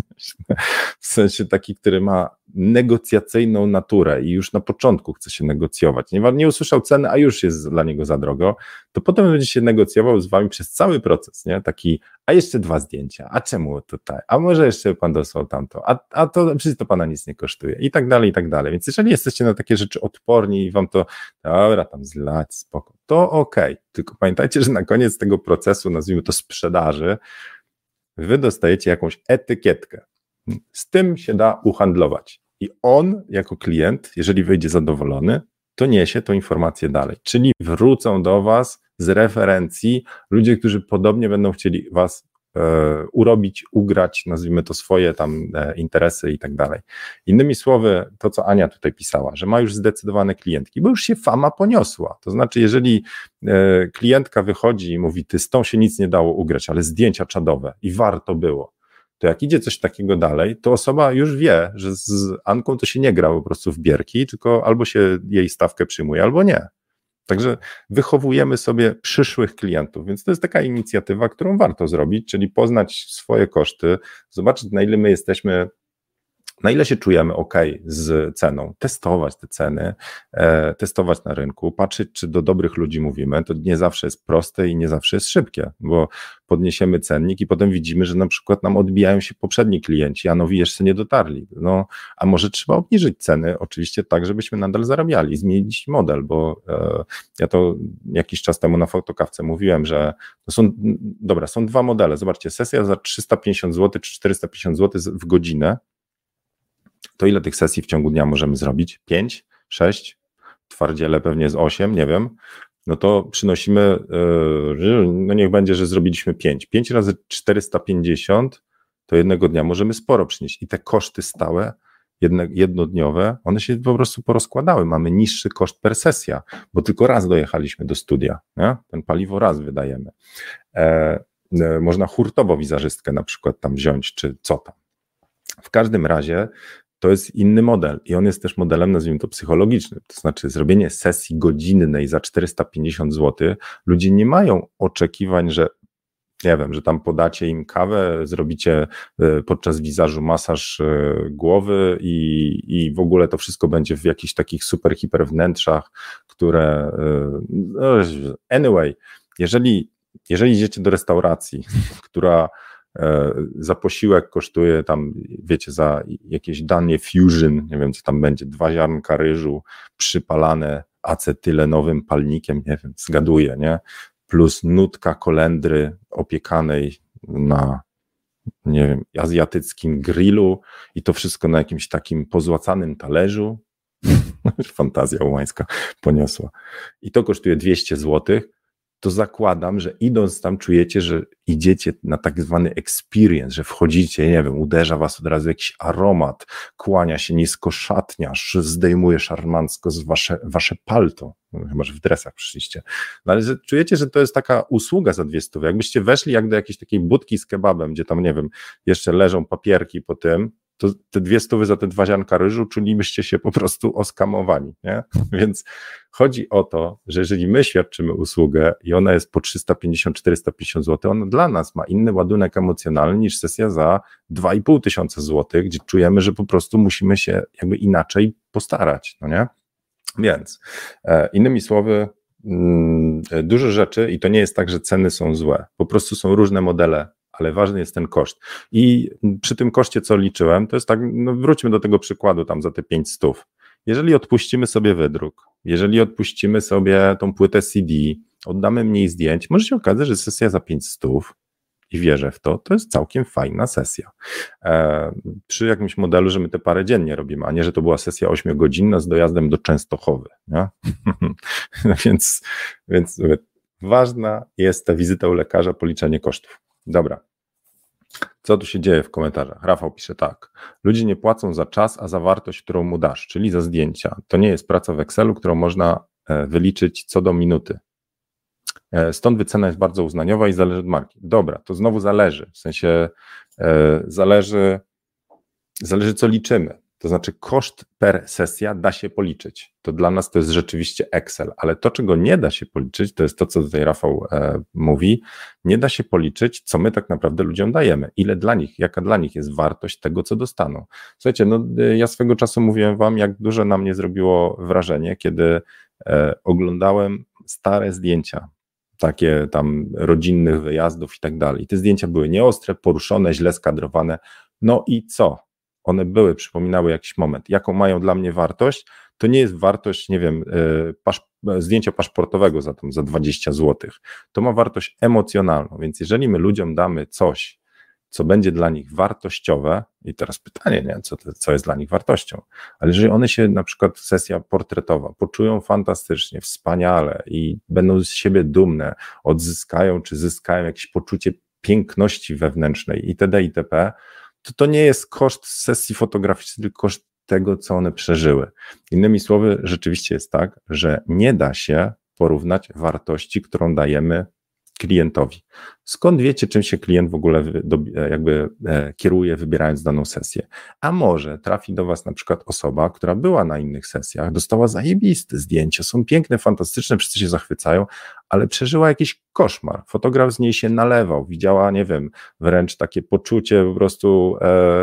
w sensie taki, który ma negocjacyjną naturę i już na początku chce się negocjować, nie, nie usłyszał ceny, a już jest dla niego za drogo, to potem będzie się negocjował z wami przez cały proces, nie, taki, a jeszcze dwa zdjęcia, a czemu tutaj, a może jeszcze pan dosłał tamto, a, a to przecież to pana nic nie kosztuje i tak dalej, i tak dalej, więc jeżeli jesteście na takie rzeczy odporni i wam to, dobra, tam zlać, spoko, to okej, okay. Tylko pamiętajcie, że na koniec tego procesu, nazwijmy to sprzedaży, wy dostajecie jakąś etykietkę. Z tym się da uhandlować. I on, jako klient, jeżeli wyjdzie zadowolony, to niesie tą informację dalej. Czyli wrócą do was z referencji ludzie, którzy podobnie będą chcieli was e, urobić, ugrać, nazwijmy to swoje tam e, interesy i tak dalej. Innymi słowy, to co Ania tutaj pisała, że ma już zdecydowane klientki, bo już się fama poniosła. To znaczy, jeżeli e, klientka wychodzi i mówi, ty z tą się nic nie dało ugrać, ale zdjęcia czadowe i warto było, to jak idzie coś takiego dalej, to osoba już wie, że z Anką to się nie gra po prostu w bierki, tylko albo się jej stawkę przyjmuje, albo nie. Także wychowujemy sobie przyszłych klientów, więc to jest taka inicjatywa, którą warto zrobić, czyli poznać swoje koszty, zobaczyć, na ile my jesteśmy, na ile się czujemy ok z ceną, testować te ceny, e, testować na rynku, patrzeć, czy do dobrych ludzi mówimy. To nie zawsze jest proste i nie zawsze jest szybkie, bo podniesiemy cennik i potem widzimy, że na przykład nam odbijają się poprzedni klienci, a nowi jeszcze nie dotarli. No, a może trzeba obniżyć ceny, oczywiście tak, żebyśmy nadal zarabiali, zmienić model, bo e, ja to jakiś czas temu na Fotokawce mówiłem, że to są, dobra, są dwa modele, zobaczcie, sesja za trzysta pięćdziesiąt złotych czy czterysta pięćdziesiąt złotych w godzinę, to ile tych sesji w ciągu dnia możemy zrobić? pięć, sześć, twardziele pewnie z osiem, nie wiem, no to przynosimy, no niech będzie, że zrobiliśmy pięć. pięć razy czterysta pięćdziesiąt, to jednego dnia możemy sporo przynieść i te koszty stałe, jedne, jednodniowe, one się po prostu porozkładały. Mamy niższy koszt per sesja, bo tylko raz dojechaliśmy do studia, nie? Ten paliwo raz wydajemy. E, e, można hurtowo wizerzystkę na przykład tam wziąć, czy co tam. W każdym razie to jest inny model i on jest też modelem, nazwijmy to, psychologicznym, to znaczy zrobienie sesji godzinnej za czterysta pięćdziesiąt złotych, ludzie nie mają oczekiwań, że nie wiem, że tam podacie im kawę, zrobicie podczas wizażu masaż głowy i, i w ogóle to wszystko będzie w jakichś takich super, hiper wnętrzach, które anyway, jeżeli, jeżeli idziecie do restauracji, która za posiłek kosztuje tam, wiecie, za jakieś danie fusion, nie wiem co tam będzie, dwa ziarnka ryżu przypalane acetylenowym palnikiem, nie wiem, zgaduję, nie? Plus nutka kolendry opiekanej na, nie wiem, azjatyckim grillu i to wszystko na jakimś takim pozłacanym talerzu. Fantazja ułańska poniosła. I to kosztuje dwieście złotych. To zakładam, że idąc tam czujecie, że idziecie na tak zwany experience, że wchodzicie, nie wiem, uderza was od razu jakiś aromat, kłania się nisko szatniarz, zdejmuje szarmancko z wasze, wasze palto, no, chyba że w dresach przyszliście, no, ale że czujecie, że to jest taka usługa za dwie stówy. Jakbyście weszli jak do jakiejś takiej budki z kebabem, gdzie tam, nie wiem, jeszcze leżą papierki po tym, to te dwie stówy za te dwa ziarnka ryżu czulibyście się po prostu oskamowani, nie? Więc chodzi o to, że jeżeli my świadczymy usługę i ona jest po trzysta pięćdziesiąt do czterysta pięćdziesiąt złotych, ona dla nas ma inny ładunek emocjonalny niż sesja za dwa i pół tysiąca złotych, gdzie czujemy, że po prostu musimy się jakby inaczej postarać, no nie? Więc e, innymi słowy, mm, dużo rzeczy i to nie jest tak, że ceny są złe, po prostu są różne modele, ale ważny jest ten koszt. I przy tym koszcie, co liczyłem, to jest tak, no wróćmy do tego przykładu tam za te pięć stów. Jeżeli odpuścimy sobie wydruk, jeżeli odpuścimy sobie tą płytę C D, oddamy mniej zdjęć, może się okazać, że sesja za pięć stów, i wierzę w to, to jest całkiem fajna sesja. E, przy jakimś modelu, że my te parę dziennie robimy, a nie, że to była sesja ośmiogodzinna z dojazdem do Częstochowy. Nie? No więc, więc ważna jest ta wizyta u lekarza, policzenie kosztów. Dobra. Co tu się dzieje w komentarzach? Rafał pisze tak. Ludzie nie płacą za czas, a za wartość, którą mu dasz, czyli za zdjęcia. To nie jest praca w Excelu, którą można wyliczyć co do minuty. Stąd wycena jest bardzo uznaniowa i zależy od marki. Dobra, to znowu zależy, w sensie e, zależy, zależy co liczymy. To znaczy koszt per sesja da się policzyć. To dla nas to jest rzeczywiście Excel, ale to, czego nie da się policzyć, to jest to, co tutaj Rafał e, mówi, nie da się policzyć, co my tak naprawdę ludziom dajemy, ile dla nich, jaka dla nich jest wartość tego, co dostaną. Słuchajcie, no ja swego czasu mówiłem wam, jak dużo na mnie zrobiło wrażenie, kiedy e, oglądałem stare zdjęcia, takie tam rodzinnych wyjazdów i tak dalej. Te zdjęcia były nieostre, poruszone, źle skadrowane. No i co? One były, przypominały jakiś moment. Jaką mają dla mnie wartość? To nie jest wartość, nie wiem, pasz, zdjęcia paszportowego za, tam, za dwadzieścia złotych. To ma wartość emocjonalną, więc jeżeli my ludziom damy coś, co będzie dla nich wartościowe, i teraz pytanie, nie, co, to, co jest dla nich wartością, ale jeżeli one się, na przykład sesja portretowa, poczują fantastycznie, wspaniale i będą z siebie dumne, odzyskają czy zyskają jakieś poczucie piękności wewnętrznej itd., itp., to to nie jest koszt sesji fotograficznej, tylko koszt tego, co one przeżyły. Innymi słowy, rzeczywiście jest tak, że nie da się porównać wartości, którą dajemy klientowi. Skąd wiecie, czym się klient w ogóle jakby kieruje, wybierając daną sesję? A może trafi do was na przykład osoba, która była na innych sesjach, dostała zajebiste zdjęcia, są piękne, fantastyczne, wszyscy się zachwycają, ale przeżyła jakiś koszmar. Fotograf z niej się nalewał, widziała, nie wiem, wręcz takie poczucie po prostu, e, e,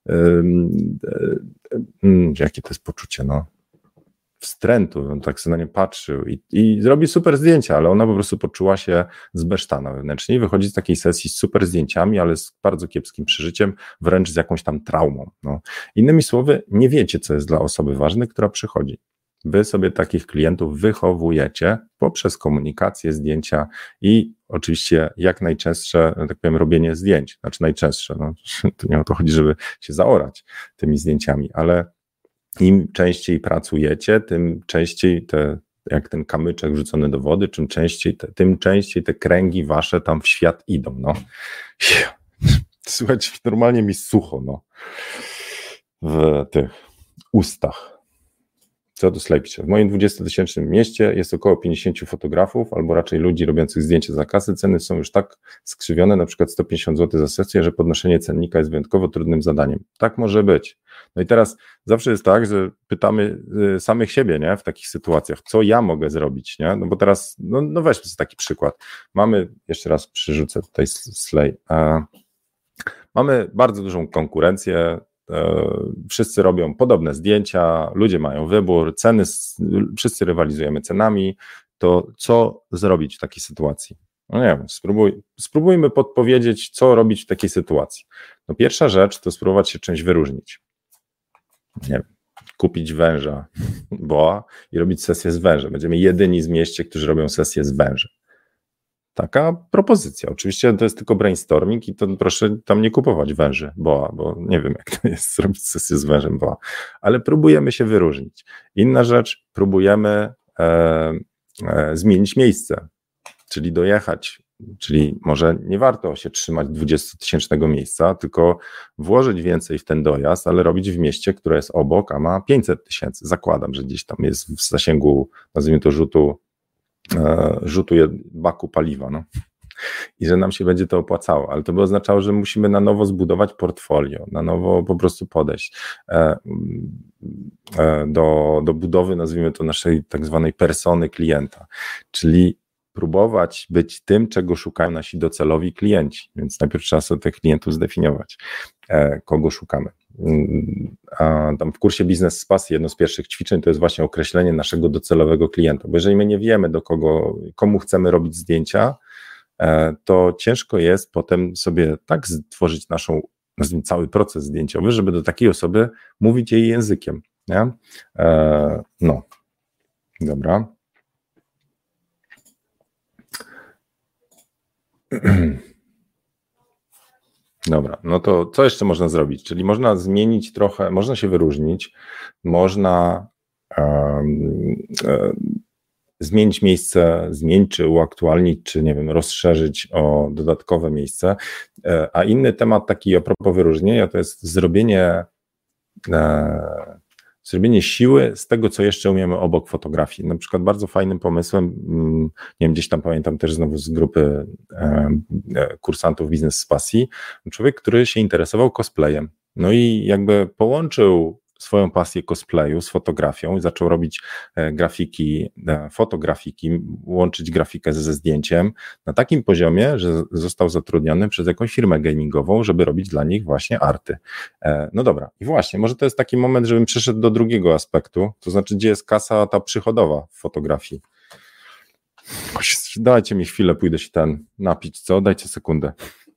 e, e, jakie to jest poczucie, no, wstrętu, on tak sobie na nie patrzył i, i zrobi super zdjęcia, ale ona po prostu poczuła się zbesztana wewnętrznie i wychodzi z takiej sesji z super zdjęciami, ale z bardzo kiepskim przeżyciem, wręcz z jakąś tam traumą. No. Innymi słowy, nie wiecie, co jest dla osoby ważne, która przychodzi. Wy sobie takich klientów wychowujecie poprzez komunikację, zdjęcia i oczywiście jak najczęstsze, tak powiem, robienie zdjęć, znaczy najczęstsze, no, tu nie o to chodzi, żeby się zaorać tymi zdjęciami, ale im częściej pracujecie, tym częściej te, jak ten kamyczek wrzucony do wody, czym częściej te, tym częściej te kręgi wasze tam w świat idą, no. Słuchajcie, normalnie mi sucho, no, w tych ustach. Co tu Slay pisze? W moim dwudziestotysięcznym mieście jest około pięćdziesięciu fotografów, albo raczej ludzi robiących zdjęcia za kasy. Ceny są już tak skrzywione, na przykład sto pięćdziesiąt złotych za sesję, że podnoszenie cennika jest wyjątkowo trudnym zadaniem. Tak może być. No i teraz zawsze jest tak, że pytamy samych siebie, nie, w takich sytuacjach, co ja mogę zrobić, nie? No bo teraz, no, no weźmy sobie taki przykład. Mamy, jeszcze raz przyrzucę tutaj Slay, e, mamy bardzo dużą konkurencję, wszyscy robią podobne zdjęcia, ludzie mają wybór, ceny, wszyscy rywalizujemy cenami, to co zrobić w takiej sytuacji? No nie wiem, spróbuj, spróbujmy podpowiedzieć, co robić w takiej sytuacji. No pierwsza rzecz to spróbować się czymś wyróżnić. Nie wiem, kupić węża, boa i robić sesję z wężem. Będziemy jedyni z mieście, którzy robią sesję z wężem. Taka propozycja. Oczywiście to jest tylko brainstorming i to proszę tam nie kupować węży boa, bo nie wiem, jak to jest zrobić sesję z wężem boa, ale próbujemy się wyróżnić. Inna rzecz, próbujemy e, e, zmienić miejsce, czyli dojechać, czyli może nie warto się trzymać dwudziestotysięcznego miejsca, tylko włożyć więcej w ten dojazd, ale robić w mieście, które jest obok, a ma pięćset tysięcy. Zakładam, że gdzieś tam jest w zasięgu, nazwijmy to rzutu, rzutu baku paliwa. No. i że nam się będzie to opłacało, ale to by oznaczało, że musimy na nowo zbudować portfolio, na nowo po prostu podejść do, do budowy, nazwijmy to, naszej tak zwanej persony klienta, czyli próbować być tym, czego szukają nasi docelowi klienci, więc najpierw trzeba sobie tych klientów zdefiniować, kogo szukamy. A tam w kursie Biznes z Pasji jedno z pierwszych ćwiczeń to jest właśnie określenie naszego docelowego klienta, bo jeżeli my nie wiemy, do kogo, komu chcemy robić zdjęcia, to ciężko jest potem sobie tak stworzyć naszą, nazwijmy, cały proces zdjęciowy, żeby do takiej osoby mówić jej językiem, nie? No, dobra. Dobra, no to co jeszcze można zrobić? Czyli można zmienić trochę, można się wyróżnić, można um, um, zmienić miejsce, zmienić czy uaktualnić, czy nie wiem, rozszerzyć o dodatkowe miejsce. A inny temat taki a propos wyróżnienia to jest zrobienie e, zrobienie siły z tego, co jeszcze umiemy obok fotografii. Na przykład bardzo fajnym pomysłem, nie wiem, gdzieś tam pamiętam też znowu z grupy kursantów Biznes z Pasji, człowiek, który się interesował cosplayem. No i jakby połączył swoją pasję cosplayu z fotografią i zaczął robić grafiki, fotografiki, łączyć grafikę ze zdjęciem na takim poziomie, że został zatrudniony przez jakąś firmę gamingową, żeby robić dla nich właśnie arty. No dobra, i właśnie, może to jest taki moment, żebym przeszedł do drugiego aspektu, to znaczy, gdzie jest kasa ta przychodowa w fotografii. Dajcie mi chwilę, pójdę się ten napić, co? Dajcie sekundę.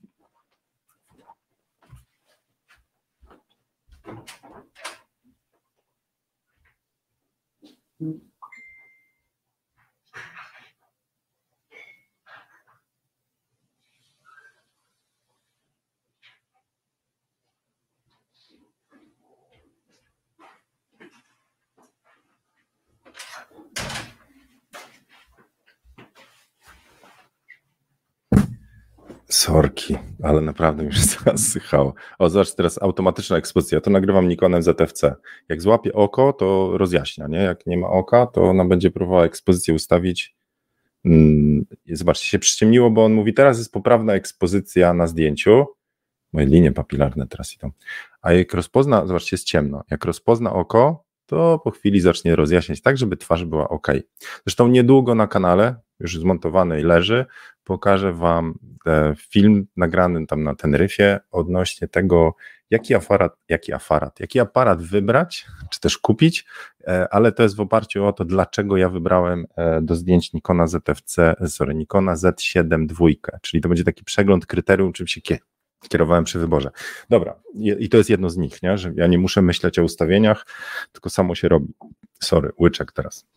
Sorki, ale naprawdę mi się zasychało. O, zobacz, teraz automatyczna ekspozycja. To nagrywam Nikonem Z F C. Jak złapie oko, to rozjaśnia, nie? Jak nie ma oka, to ona będzie próbowała ekspozycję ustawić. Zobaczcie, się przyciemniło, bo on mówi, teraz jest poprawna ekspozycja na zdjęciu. Moje linie papilarne teraz idą. A jak rozpozna, zobaczcie, jest ciemno. Jak rozpozna oko, to po chwili zacznie rozjaśniać tak, żeby twarz była ok. Zresztą niedługo na kanale, już zmontowany i leży, pokażę wam film nagrany tam na Teneryfie odnośnie tego, jaki aparat, jaki aparat, jaki aparat wybrać, czy też kupić, ale to jest w oparciu o to, dlaczego ja wybrałem do zdjęć Nikona Z F C, sorry, Nikona Z siedem dwa, czyli to będzie taki przegląd kryterium, czym się kierowałem przy wyborze. Dobra, i to jest jedno z nich, nie? Że ja nie muszę myśleć o ustawieniach, tylko samo się robi. Sorry, łyczek teraz.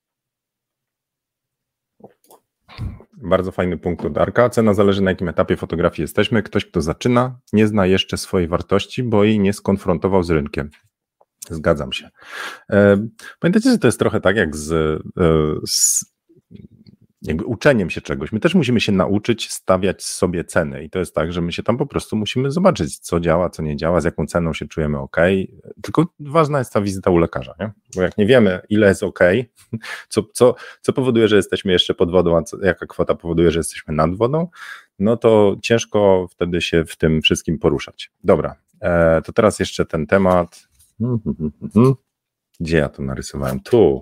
Bardzo fajny punkt od Darka. Cena zależy, na jakim etapie fotografii jesteśmy. Ktoś, kto zaczyna, nie zna jeszcze swojej wartości, bo jej nie skonfrontował z rynkiem. Zgadzam się. Pamiętajcie, że to jest trochę tak jak z, z jakby uczeniem się czegoś. My też musimy się nauczyć stawiać sobie ceny i to jest tak, że my się tam po prostu musimy zobaczyć, co działa, co nie działa, z jaką ceną się czujemy ok. Tylko ważna jest ta wizyta u lekarza, nie? Bo jak nie wiemy, ile jest ok, co, co, co powoduje, że jesteśmy jeszcze pod wodą, a co, jaka kwota powoduje, że jesteśmy nad wodą, no to ciężko wtedy się w tym wszystkim poruszać. Dobra, e, to teraz jeszcze ten temat. Gdzie ja to narysowałem? Tu.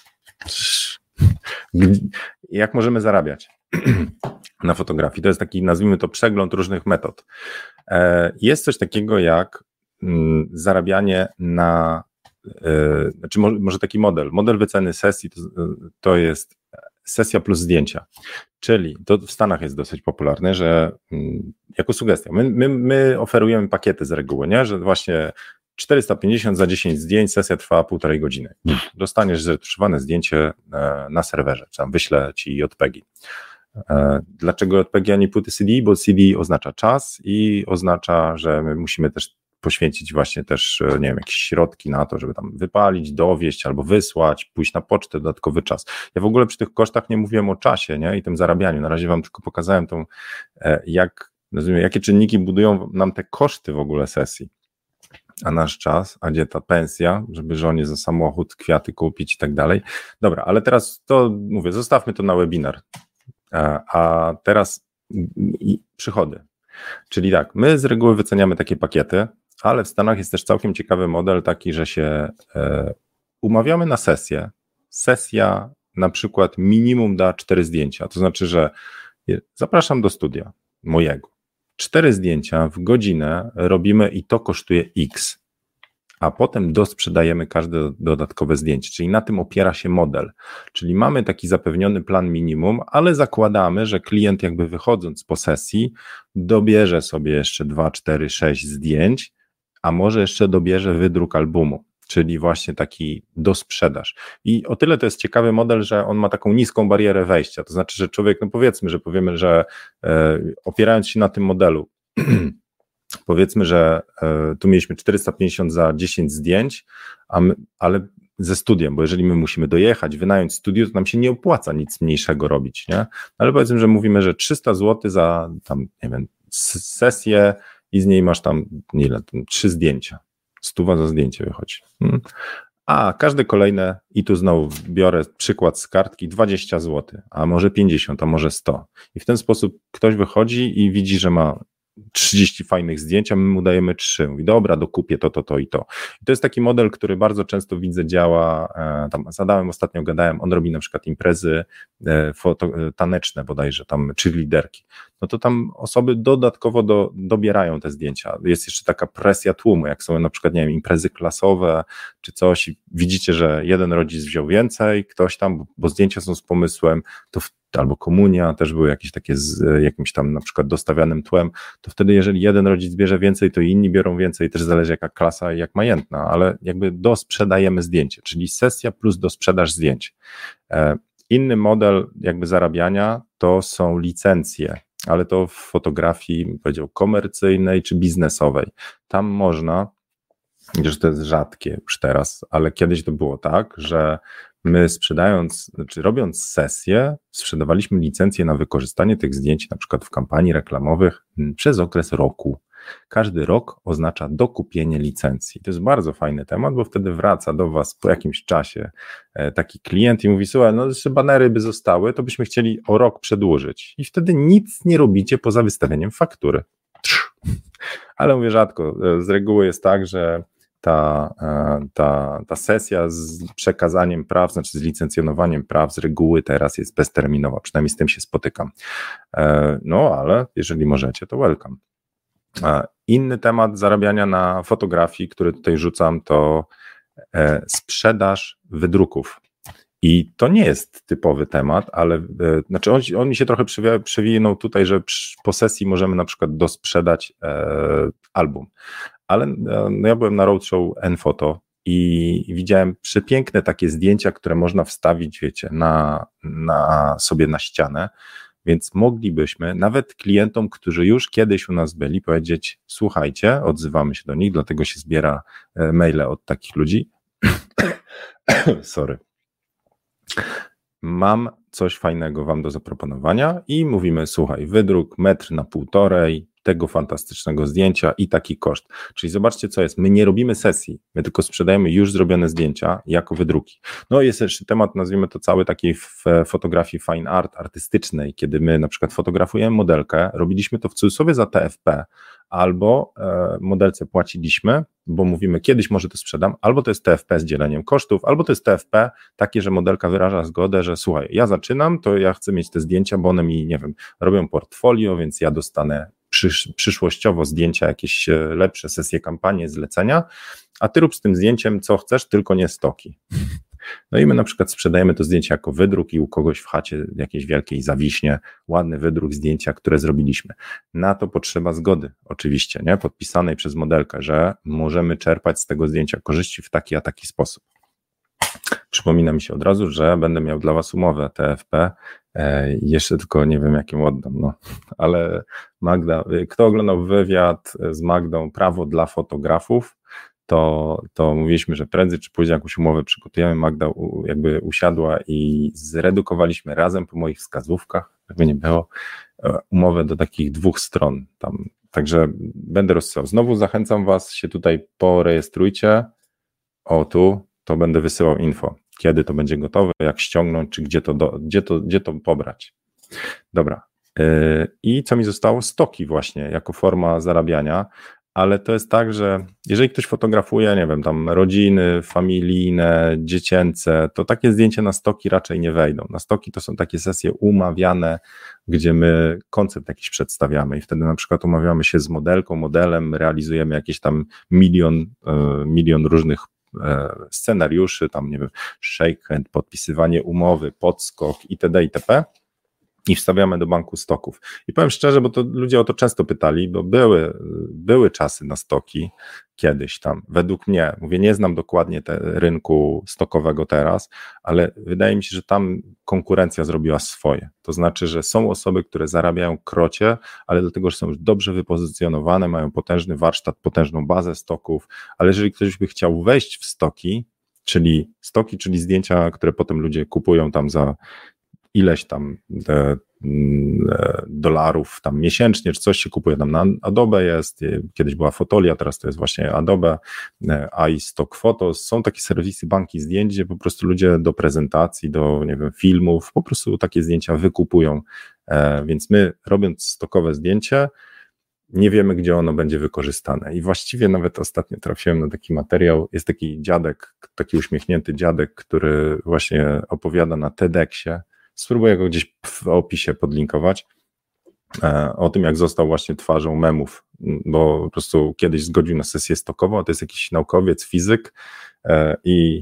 Jak możemy zarabiać na fotografii? To jest taki, nazwijmy to, przegląd różnych metod. Jest coś takiego jak zarabianie na, znaczy może taki model, model wyceny sesji to, to jest sesja plus zdjęcia, czyli to w Stanach jest dosyć popularne, że jako sugestia, my, my, my oferujemy pakiety z reguły, nie? Że właśnie czterysta pięćdziesiąt za dziesięć zdjęć, sesja trwała półtorej godziny. Dostaniesz zretuszowane zdjęcie na serwerze, czy tam wyślę ci J P G. Dlaczego J P G, a nie płyty C D? Bo C D oznacza czas i oznacza, że my musimy też poświęcić właśnie też, nie wiem, jakieś środki na to, żeby tam wypalić, dowieść albo wysłać, pójść na pocztę, dodatkowy czas. Ja w ogóle przy tych kosztach nie mówiłem o czasie, nie? I tym zarabianiu. Na razie wam tylko pokazałem tą, jak, nazwijmy, jakie czynniki budują nam te koszty w ogóle sesji. A nasz czas, a gdzie ta pensja, żeby żonie za samochód, kwiaty kupić i tak dalej. Dobra, ale teraz to mówię, zostawmy to na webinar. A teraz i przychody. Czyli tak, my z reguły wyceniamy takie pakiety, ale w Stanach jest też całkiem ciekawy model taki, że się e, umawiamy na sesję. Sesja na przykład minimum da cztery zdjęcia, to znaczy, że zapraszam do studia mojego. Cztery zdjęcia w godzinę robimy i to kosztuje X, a potem dosprzedajemy każde dodatkowe zdjęcie, czyli na tym opiera się model, czyli mamy taki zapewniony plan minimum, ale zakładamy, że klient jakby wychodząc po sesji dobierze sobie jeszcze dwa, cztery, sześć zdjęć, a może jeszcze dobierze wydruk albumu, czyli właśnie taki dosprzedaż. I o tyle to jest ciekawy model, że on ma taką niską barierę wejścia, to znaczy, że człowiek, no powiedzmy, że powiemy, że e, opierając się na tym modelu, powiedzmy, że e, tu mieliśmy czterysta pięćdziesiąt za dziesięć zdjęć, a my, ale ze studiem, bo jeżeli my musimy dojechać, wynająć studio, to nam się nie opłaca nic mniejszego robić, nie? Ale powiedzmy, że mówimy, że trzysta złotych za tam, nie wiem, sesję i z niej masz tam, nie ile, trzy zdjęcia. Stuwa za zdjęcie wychodzi. Hmm. A każde kolejne, i tu znowu biorę przykład z kartki, dwadzieścia złotych, a może pięćdziesiąt, a może sto. I w ten sposób ktoś wychodzi i widzi, że ma trzydzieści fajnych zdjęć, a my mu dajemy trzy. Mówi, dobra, dokupię to, to, to i to. I to jest taki model, który bardzo często widzę działa, e, tam z Adamem ostatnio gadałem, on robi na przykład imprezy e, foto, taneczne bodajże, tam czy liderki. No to tam osoby dodatkowo do, dobierają te zdjęcia. Jest jeszcze taka presja tłumu, jak są na przykład, nie wiem, imprezy klasowe czy coś i widzicie, że jeden rodzic wziął więcej, ktoś tam, bo, bo zdjęcia są z pomysłem, to w albo komunia, też były jakieś takie z jakimś tam na przykład dostawianym tłem, to wtedy jeżeli jeden rodzic bierze więcej, to inni biorą więcej, też zależy jaka klasa i jak majętna, ale jakby dosprzedajemy zdjęcie, czyli sesja plus dosprzedaż zdjęć. Inny model jakby zarabiania to są licencje, ale to w fotografii, bym powiedział, komercyjnej czy biznesowej. Tam można, chociaż to jest rzadkie już teraz, ale kiedyś to było tak, że my sprzedając, znaczy robiąc sesję, sprzedawaliśmy licencję na wykorzystanie tych zdjęć na przykład w kampanii reklamowych przez okres roku. Każdy rok oznacza dokupienie licencji. To jest bardzo fajny temat, bo wtedy wraca do Was po jakimś czasie taki klient i mówi, słuchaj, no jeszcze banery by zostały, to byśmy chcieli o rok przedłużyć. I wtedy nic nie robicie poza wystawieniem faktury. Ale mówię rzadko, z reguły jest tak, że Ta, ta, ta sesja z przekazaniem praw, znaczy z licencjonowaniem praw z reguły teraz jest bezterminowa, przynajmniej z tym się spotykam. No ale jeżeli możecie, to welcome. Inny temat zarabiania na fotografii, który tutaj rzucam, to sprzedaż wydruków. I to nie jest typowy temat, ale znaczy on, on mi się trochę przewinął tutaj, że po sesji możemy na przykład dosprzedać album. Ale no ja byłem na roadshow Enfoto i widziałem przepiękne takie zdjęcia, które można wstawić, wiecie, na, na sobie na ścianę, więc moglibyśmy nawet klientom, którzy już kiedyś u nas byli, powiedzieć, słuchajcie, odzywamy się do nich, dlatego się zbiera maile od takich ludzi. Sorry. Mam coś fajnego wam do zaproponowania i mówimy, słuchaj, wydruk metr na półtorej, tego fantastycznego zdjęcia i taki koszt. Czyli zobaczcie, co jest. My nie robimy sesji, my tylko sprzedajemy już zrobione zdjęcia jako wydruki. No jest jeszcze temat, nazwijmy to cały takiej w fotografii fine art, artystycznej, kiedy my na przykład fotografujemy modelkę, robiliśmy to w cudzysłowie za T F P, albo e, modelce płaciliśmy, bo mówimy, kiedyś może to sprzedam, albo to jest T F P z dzieleniem kosztów, albo to jest T F P takie, że modelka wyraża zgodę, że słuchaj, ja zaczynam, to ja chcę mieć te zdjęcia, bo one mi, nie wiem, robią portfolio, więc ja dostanę przysz, przyszłościowo zdjęcia, jakieś lepsze sesje kampanii, zlecenia, a ty rób z tym zdjęciem co chcesz, tylko nie stoki. No i my na przykład sprzedajemy to zdjęcie jako wydruk i u kogoś w chacie jakiejś wielkiej zawiśnie ładny wydruk zdjęcia, które zrobiliśmy. Na to potrzeba zgody oczywiście, nie? Podpisanej przez modelkę, że możemy czerpać z tego zdjęcia korzyści w taki a taki sposób. Przypomina mi się od razu, że będę miał dla Was umowę T F P, e, jeszcze tylko nie wiem jakim oddam, no. Ale Magda, kto oglądał wywiad z Magdą Prawo dla fotografów, to, to mówiliśmy, że prędzej czy później jakąś umowę przygotujemy. Magda u, jakby usiadła i zredukowaliśmy razem po moich wskazówkach, jakby nie było, umowę do takich dwóch stron tam. Także będę rozsyłał. Znowu zachęcam Was, się tutaj porejestrujcie. O tu, to będę wysyłał info, kiedy to będzie gotowe, jak ściągnąć, czy gdzie to, do, gdzie to, gdzie to pobrać. Dobra, I co mi zostało? Stoki właśnie, jako forma zarabiania, ale to jest tak, że jeżeli ktoś fotografuje, nie wiem, tam rodziny, familijne, dziecięce, to takie zdjęcia na stoki raczej nie wejdą. Na stoki to są takie sesje umawiane, gdzie my koncept jakiś przedstawiamy i wtedy na przykład umawiamy się z modelką, modelem, realizujemy jakieś tam milion, milion różnych scenariuszy, tam nie wiem, shake hand, podpisywanie umowy, podskok itd. itp. I wstawiamy do banku stoków. I powiem szczerze, bo to ludzie o to często pytali, bo były, były czasy na stoki kiedyś tam. Według mnie, mówię, nie znam dokładnie te rynku stokowego teraz, ale wydaje mi się, że tam konkurencja zrobiła swoje. To znaczy, że są osoby, które zarabiają krocie, ale dlatego, że są już dobrze wypozycjonowane, mają potężny warsztat, potężną bazę stoków, ale jeżeli ktoś by chciał wejść w stoki, czyli stoki, czyli zdjęcia, które potem ludzie kupują tam za ileś tam e, e, dolarów tam miesięcznie, czy coś się kupuje tam na Adobe jest, kiedyś była Fotolia, teraz to jest właśnie Adobe, e, iStock Photos, są takie serwisy, banki zdjęć, gdzie po prostu ludzie do prezentacji, do nie wiem, filmów, po prostu takie zdjęcia wykupują, e, więc my robiąc stokowe zdjęcie, nie wiemy, gdzie ono będzie wykorzystane i właściwie nawet ostatnio trafiłem na taki materiał, jest taki dziadek, taki uśmiechnięty dziadek, który właśnie opowiada na TEDxie. Spróbuję go gdzieś w opisie podlinkować, o tym, jak został właśnie twarzą memów, bo po prostu kiedyś zgodził na sesję stokową, a to jest jakiś naukowiec, fizyk i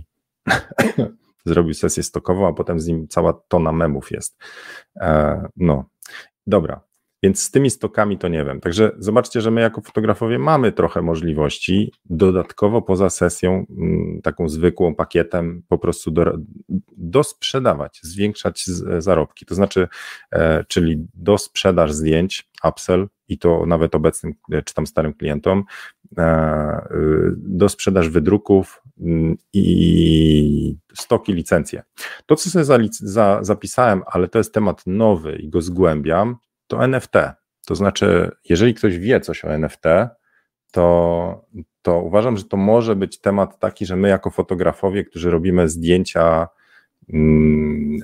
zrobił sesję stokową, a potem z nim cała tona memów jest. No, dobra. Więc z tymi stokami to nie wiem. Także zobaczcie, że my jako fotografowie mamy trochę możliwości dodatkowo poza sesją taką zwykłą pakietem po prostu do, dosprzedawać, zwiększać zarobki. To znaczy, e, czyli dosprzedaż zdjęć, upsell i to nawet obecnym czy tam starym klientom, e, dosprzedaż wydruków i stoki, licencje. To, co sobie za, za, zapisałem, ale to jest temat nowy i go zgłębiam, to N F T, to znaczy, jeżeli ktoś wie coś o N F T, to, to uważam, że to może być temat taki, że my jako fotografowie, którzy robimy zdjęcia mm,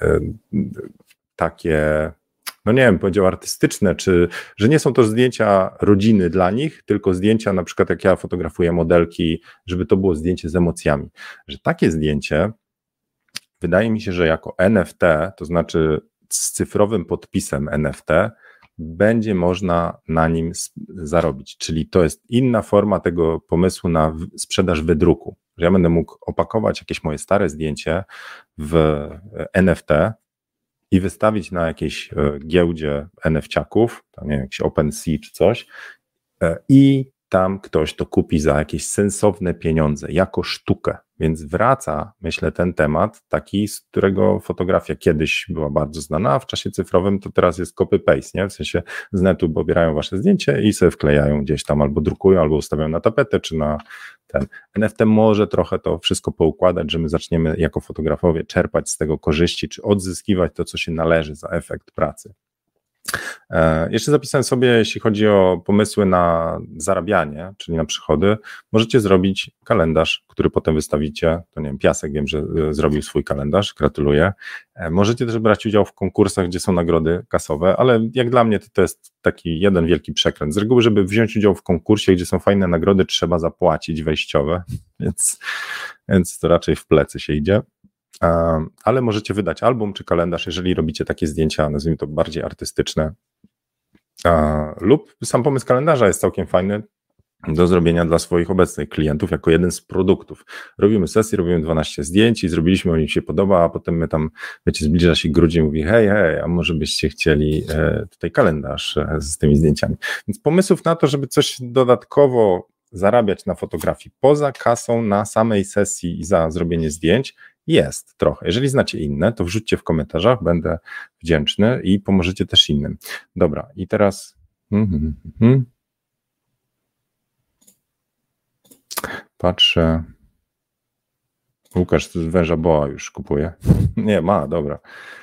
takie, no nie wiem, powiedział artystyczne, czy że nie są to zdjęcia rodziny dla nich, tylko zdjęcia, na przykład jak ja fotografuję modelki, żeby to było zdjęcie z emocjami, że takie zdjęcie, wydaje mi się, że jako N F T, to znaczy z cyfrowym podpisem N F T będzie można na nim zarobić, czyli to jest inna forma tego pomysłu na sprzedaż wydruku, że ja będę mógł opakować jakieś moje stare zdjęcie w N F T i wystawić na jakiejś giełdzie en ef ciaków, tam nie wiem, jakiś OpenSea czy coś i tam ktoś to kupi za jakieś sensowne pieniądze, jako sztukę. Więc wraca, myślę, ten temat, taki, z którego fotografia kiedyś była bardzo znana, a w czasie cyfrowym to teraz jest copy-paste, nie? W sensie z netu pobierają wasze zdjęcie i sobie wklejają gdzieś tam, albo drukują, albo ustawiają na tapetę, czy na ten. N F T może trochę to wszystko poukładać, że my zaczniemy jako fotografowie czerpać z tego korzyści, czy odzyskiwać to, co się należy za efekt pracy. Jeszcze zapisałem sobie, jeśli chodzi o pomysły na zarabianie, czyli na przychody, możecie zrobić kalendarz, który potem wystawicie, to nie wiem, Piasek wiem, że zrobił swój kalendarz, gratuluję. Możecie też brać udział w konkursach, gdzie są nagrody kasowe, ale jak dla mnie to, to jest taki jeden wielki przekręt. Z reguły, żeby wziąć udział w konkursie, gdzie są fajne nagrody, trzeba zapłacić wejściowe, więc, więc to raczej w plecy się idzie. Ale możecie wydać album czy kalendarz, jeżeli robicie takie zdjęcia, nazwijmy to bardziej artystyczne, lub sam pomysł kalendarza jest całkiem fajny do zrobienia dla swoich obecnych klientów jako jeden z produktów. Robimy sesję, robimy dwanaście zdjęć i zrobiliśmy, o nich się podoba, a potem my tam, wiecie, zbliża się grudzień i mówi hej, hej, a może byście chcieli tutaj kalendarz z tymi zdjęciami. Więc pomysłów na to, żeby coś dodatkowo zarabiać na fotografii poza kasą na samej sesji i za zrobienie zdjęć jest trochę. Jeżeli znacie inne, to wrzućcie w komentarzach, będę wdzięczny i pomożecie też innym. Dobra, i teraz hmm, hmm. patrzę. Łukasz z węża boa już kupuje. Nie, ma, dobra.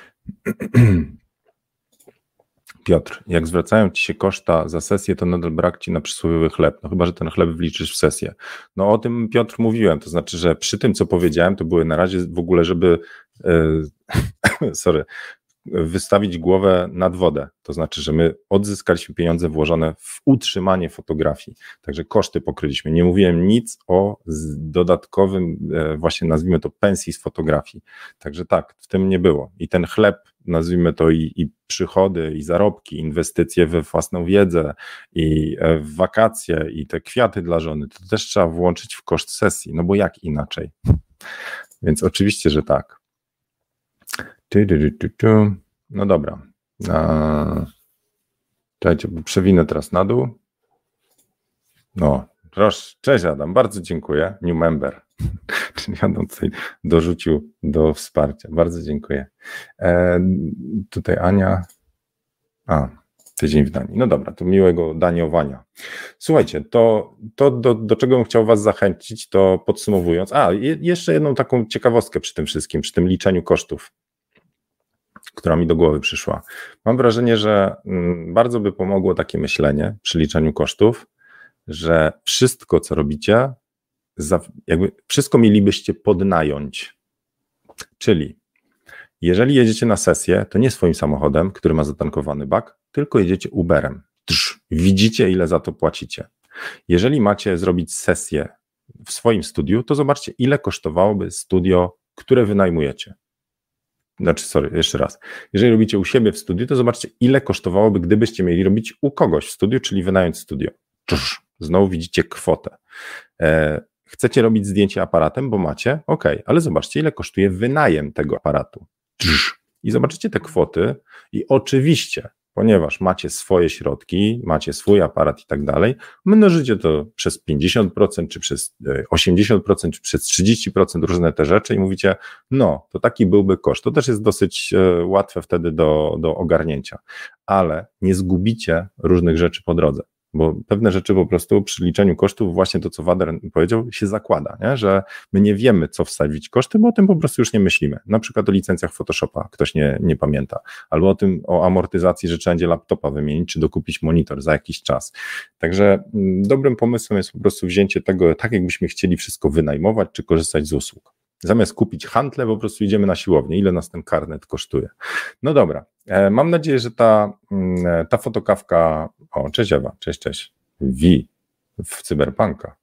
Piotr, jak zwracają ci się koszta za sesję, to nadal brak ci na przysłowiowy chleb, no chyba, że ten chleb wliczysz w sesję. No o tym, Piotr, mówiłem, to znaczy, że przy tym, co powiedziałem, to były na razie w ogóle, żeby yy, sorry, wystawić głowę nad wodę. To znaczy, że my odzyskaliśmy pieniądze włożone w utrzymanie fotografii. Także koszty pokryliśmy. Nie mówiłem nic o dodatkowym, właśnie nazwijmy to, pensji z fotografii. Także tak, w tym nie było. I ten chleb, nazwijmy to, i, i przychody, i zarobki, inwestycje we własną wiedzę, i w wakacje, i te kwiaty dla żony, to też trzeba włączyć w koszt sesji. No bo jak inaczej? Więc oczywiście, że tak. No dobra. Czekajcie, przewinę teraz na dół. No, proszę, cześć Adam, bardzo dziękuję. New member. Czyli Adam tutaj dorzucił do wsparcia. Bardzo dziękuję. E, tutaj Ania. A, tydzień w Danii. No dobra, to miłego daniowania. Słuchajcie, to, to do, do czego bym chciał was zachęcić, to podsumowując. A, je, jeszcze jedną taką ciekawostkę przy tym wszystkim, przy tym liczeniu kosztów, która mi do głowy przyszła. Mam wrażenie, że bardzo by pomogło takie myślenie przy liczeniu kosztów, że wszystko, co robicie, jakby wszystko mielibyście podnająć. Czyli jeżeli jedziecie na sesję, to nie swoim samochodem, który ma zatankowany bak, tylko jedziecie Uberem. Trz, widzicie, ile za to płacicie. Jeżeli macie zrobić sesję w swoim studiu, to zobaczcie, ile kosztowałoby studio, które wynajmujecie. Znaczy, sorry, jeszcze raz. Jeżeli robicie u siebie w studiu, to zobaczcie, ile kosztowałoby, gdybyście mieli robić u kogoś w studiu, czyli wynająć studio. Trz, znowu widzicie kwotę. E, chcecie robić zdjęcie aparatem, bo macie? Ok, ale zobaczcie, ile kosztuje wynajem tego aparatu. Trz, i zobaczycie te kwoty i oczywiście, ponieważ macie swoje środki, macie swój aparat i tak dalej, mnożycie to przez pięćdziesiąt procent, czy przez osiemdziesiąt procent, czy przez trzydzieści procent różne te rzeczy i mówicie, no, to taki byłby koszt. To też jest dosyć łatwe wtedy do, do ogarnięcia, ale nie zgubicie różnych rzeczy po drodze. Bo pewne rzeczy po prostu przy liczeniu kosztów, właśnie to, co Wader powiedział, się zakłada, nie? Że my nie wiemy, co wstawić koszty, bo o tym po prostu już nie myślimy. Na przykład o licencjach Photoshopa ktoś nie, nie pamięta, albo o tym, o amortyzacji, że trzeba będzie laptopa wymienić, czy dokupić monitor za jakiś czas. Także dobrym pomysłem jest po prostu wzięcie tego, tak jakbyśmy chcieli wszystko wynajmować, czy korzystać z usług. Zamiast kupić handle, po prostu idziemy na siłownię. Ile nas ten karnet kosztuje? No dobra, mam nadzieję, że ta, ta fotokawka... O, cześć Ewa, cześć, cześć. Wi w Cyberpunka.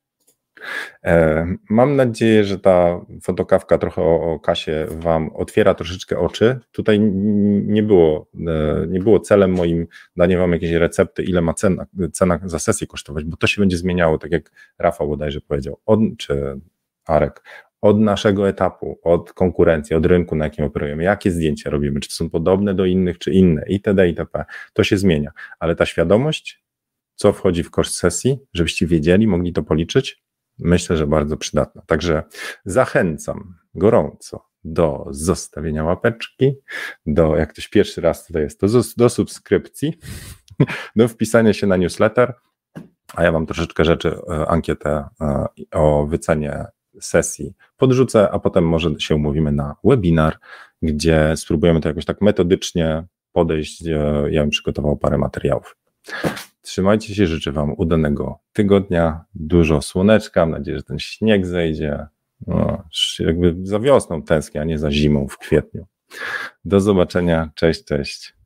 Mam nadzieję, że ta fotokawka trochę o, o kasie wam otwiera troszeczkę oczy. Tutaj nie było, nie było celem moim danie wam jakiejś recepty, ile ma cena, cena za sesję kosztować, bo to się będzie zmieniało, tak jak Rafał bodajże powiedział, od, czy Arek, od naszego etapu, od konkurencji, od rynku, na jakim operujemy, jakie zdjęcia robimy, czy to są podobne do innych, czy inne, itd., itp. To się zmienia, ale ta świadomość, co wchodzi w koszt sesji, żebyście wiedzieli, mogli to policzyć, myślę, że bardzo przydatna. Także zachęcam gorąco do zostawienia łapeczki, do, jak ktoś pierwszy raz tutaj jest, to do subskrypcji, do wpisania się na newsletter, a ja mam troszeczkę rzeczy, ankietę o wycenie sesji podrzucę, a potem może się umówimy na webinar, gdzie spróbujemy to jakoś tak metodycznie podejść. Ja bym przygotował parę materiałów. Trzymajcie się, życzę wam udanego tygodnia, dużo słoneczka, mam nadzieję, że ten śnieg zejdzie. No, jakby za wiosną tęsknię, a nie za zimą w kwietniu. Do zobaczenia, cześć, cześć.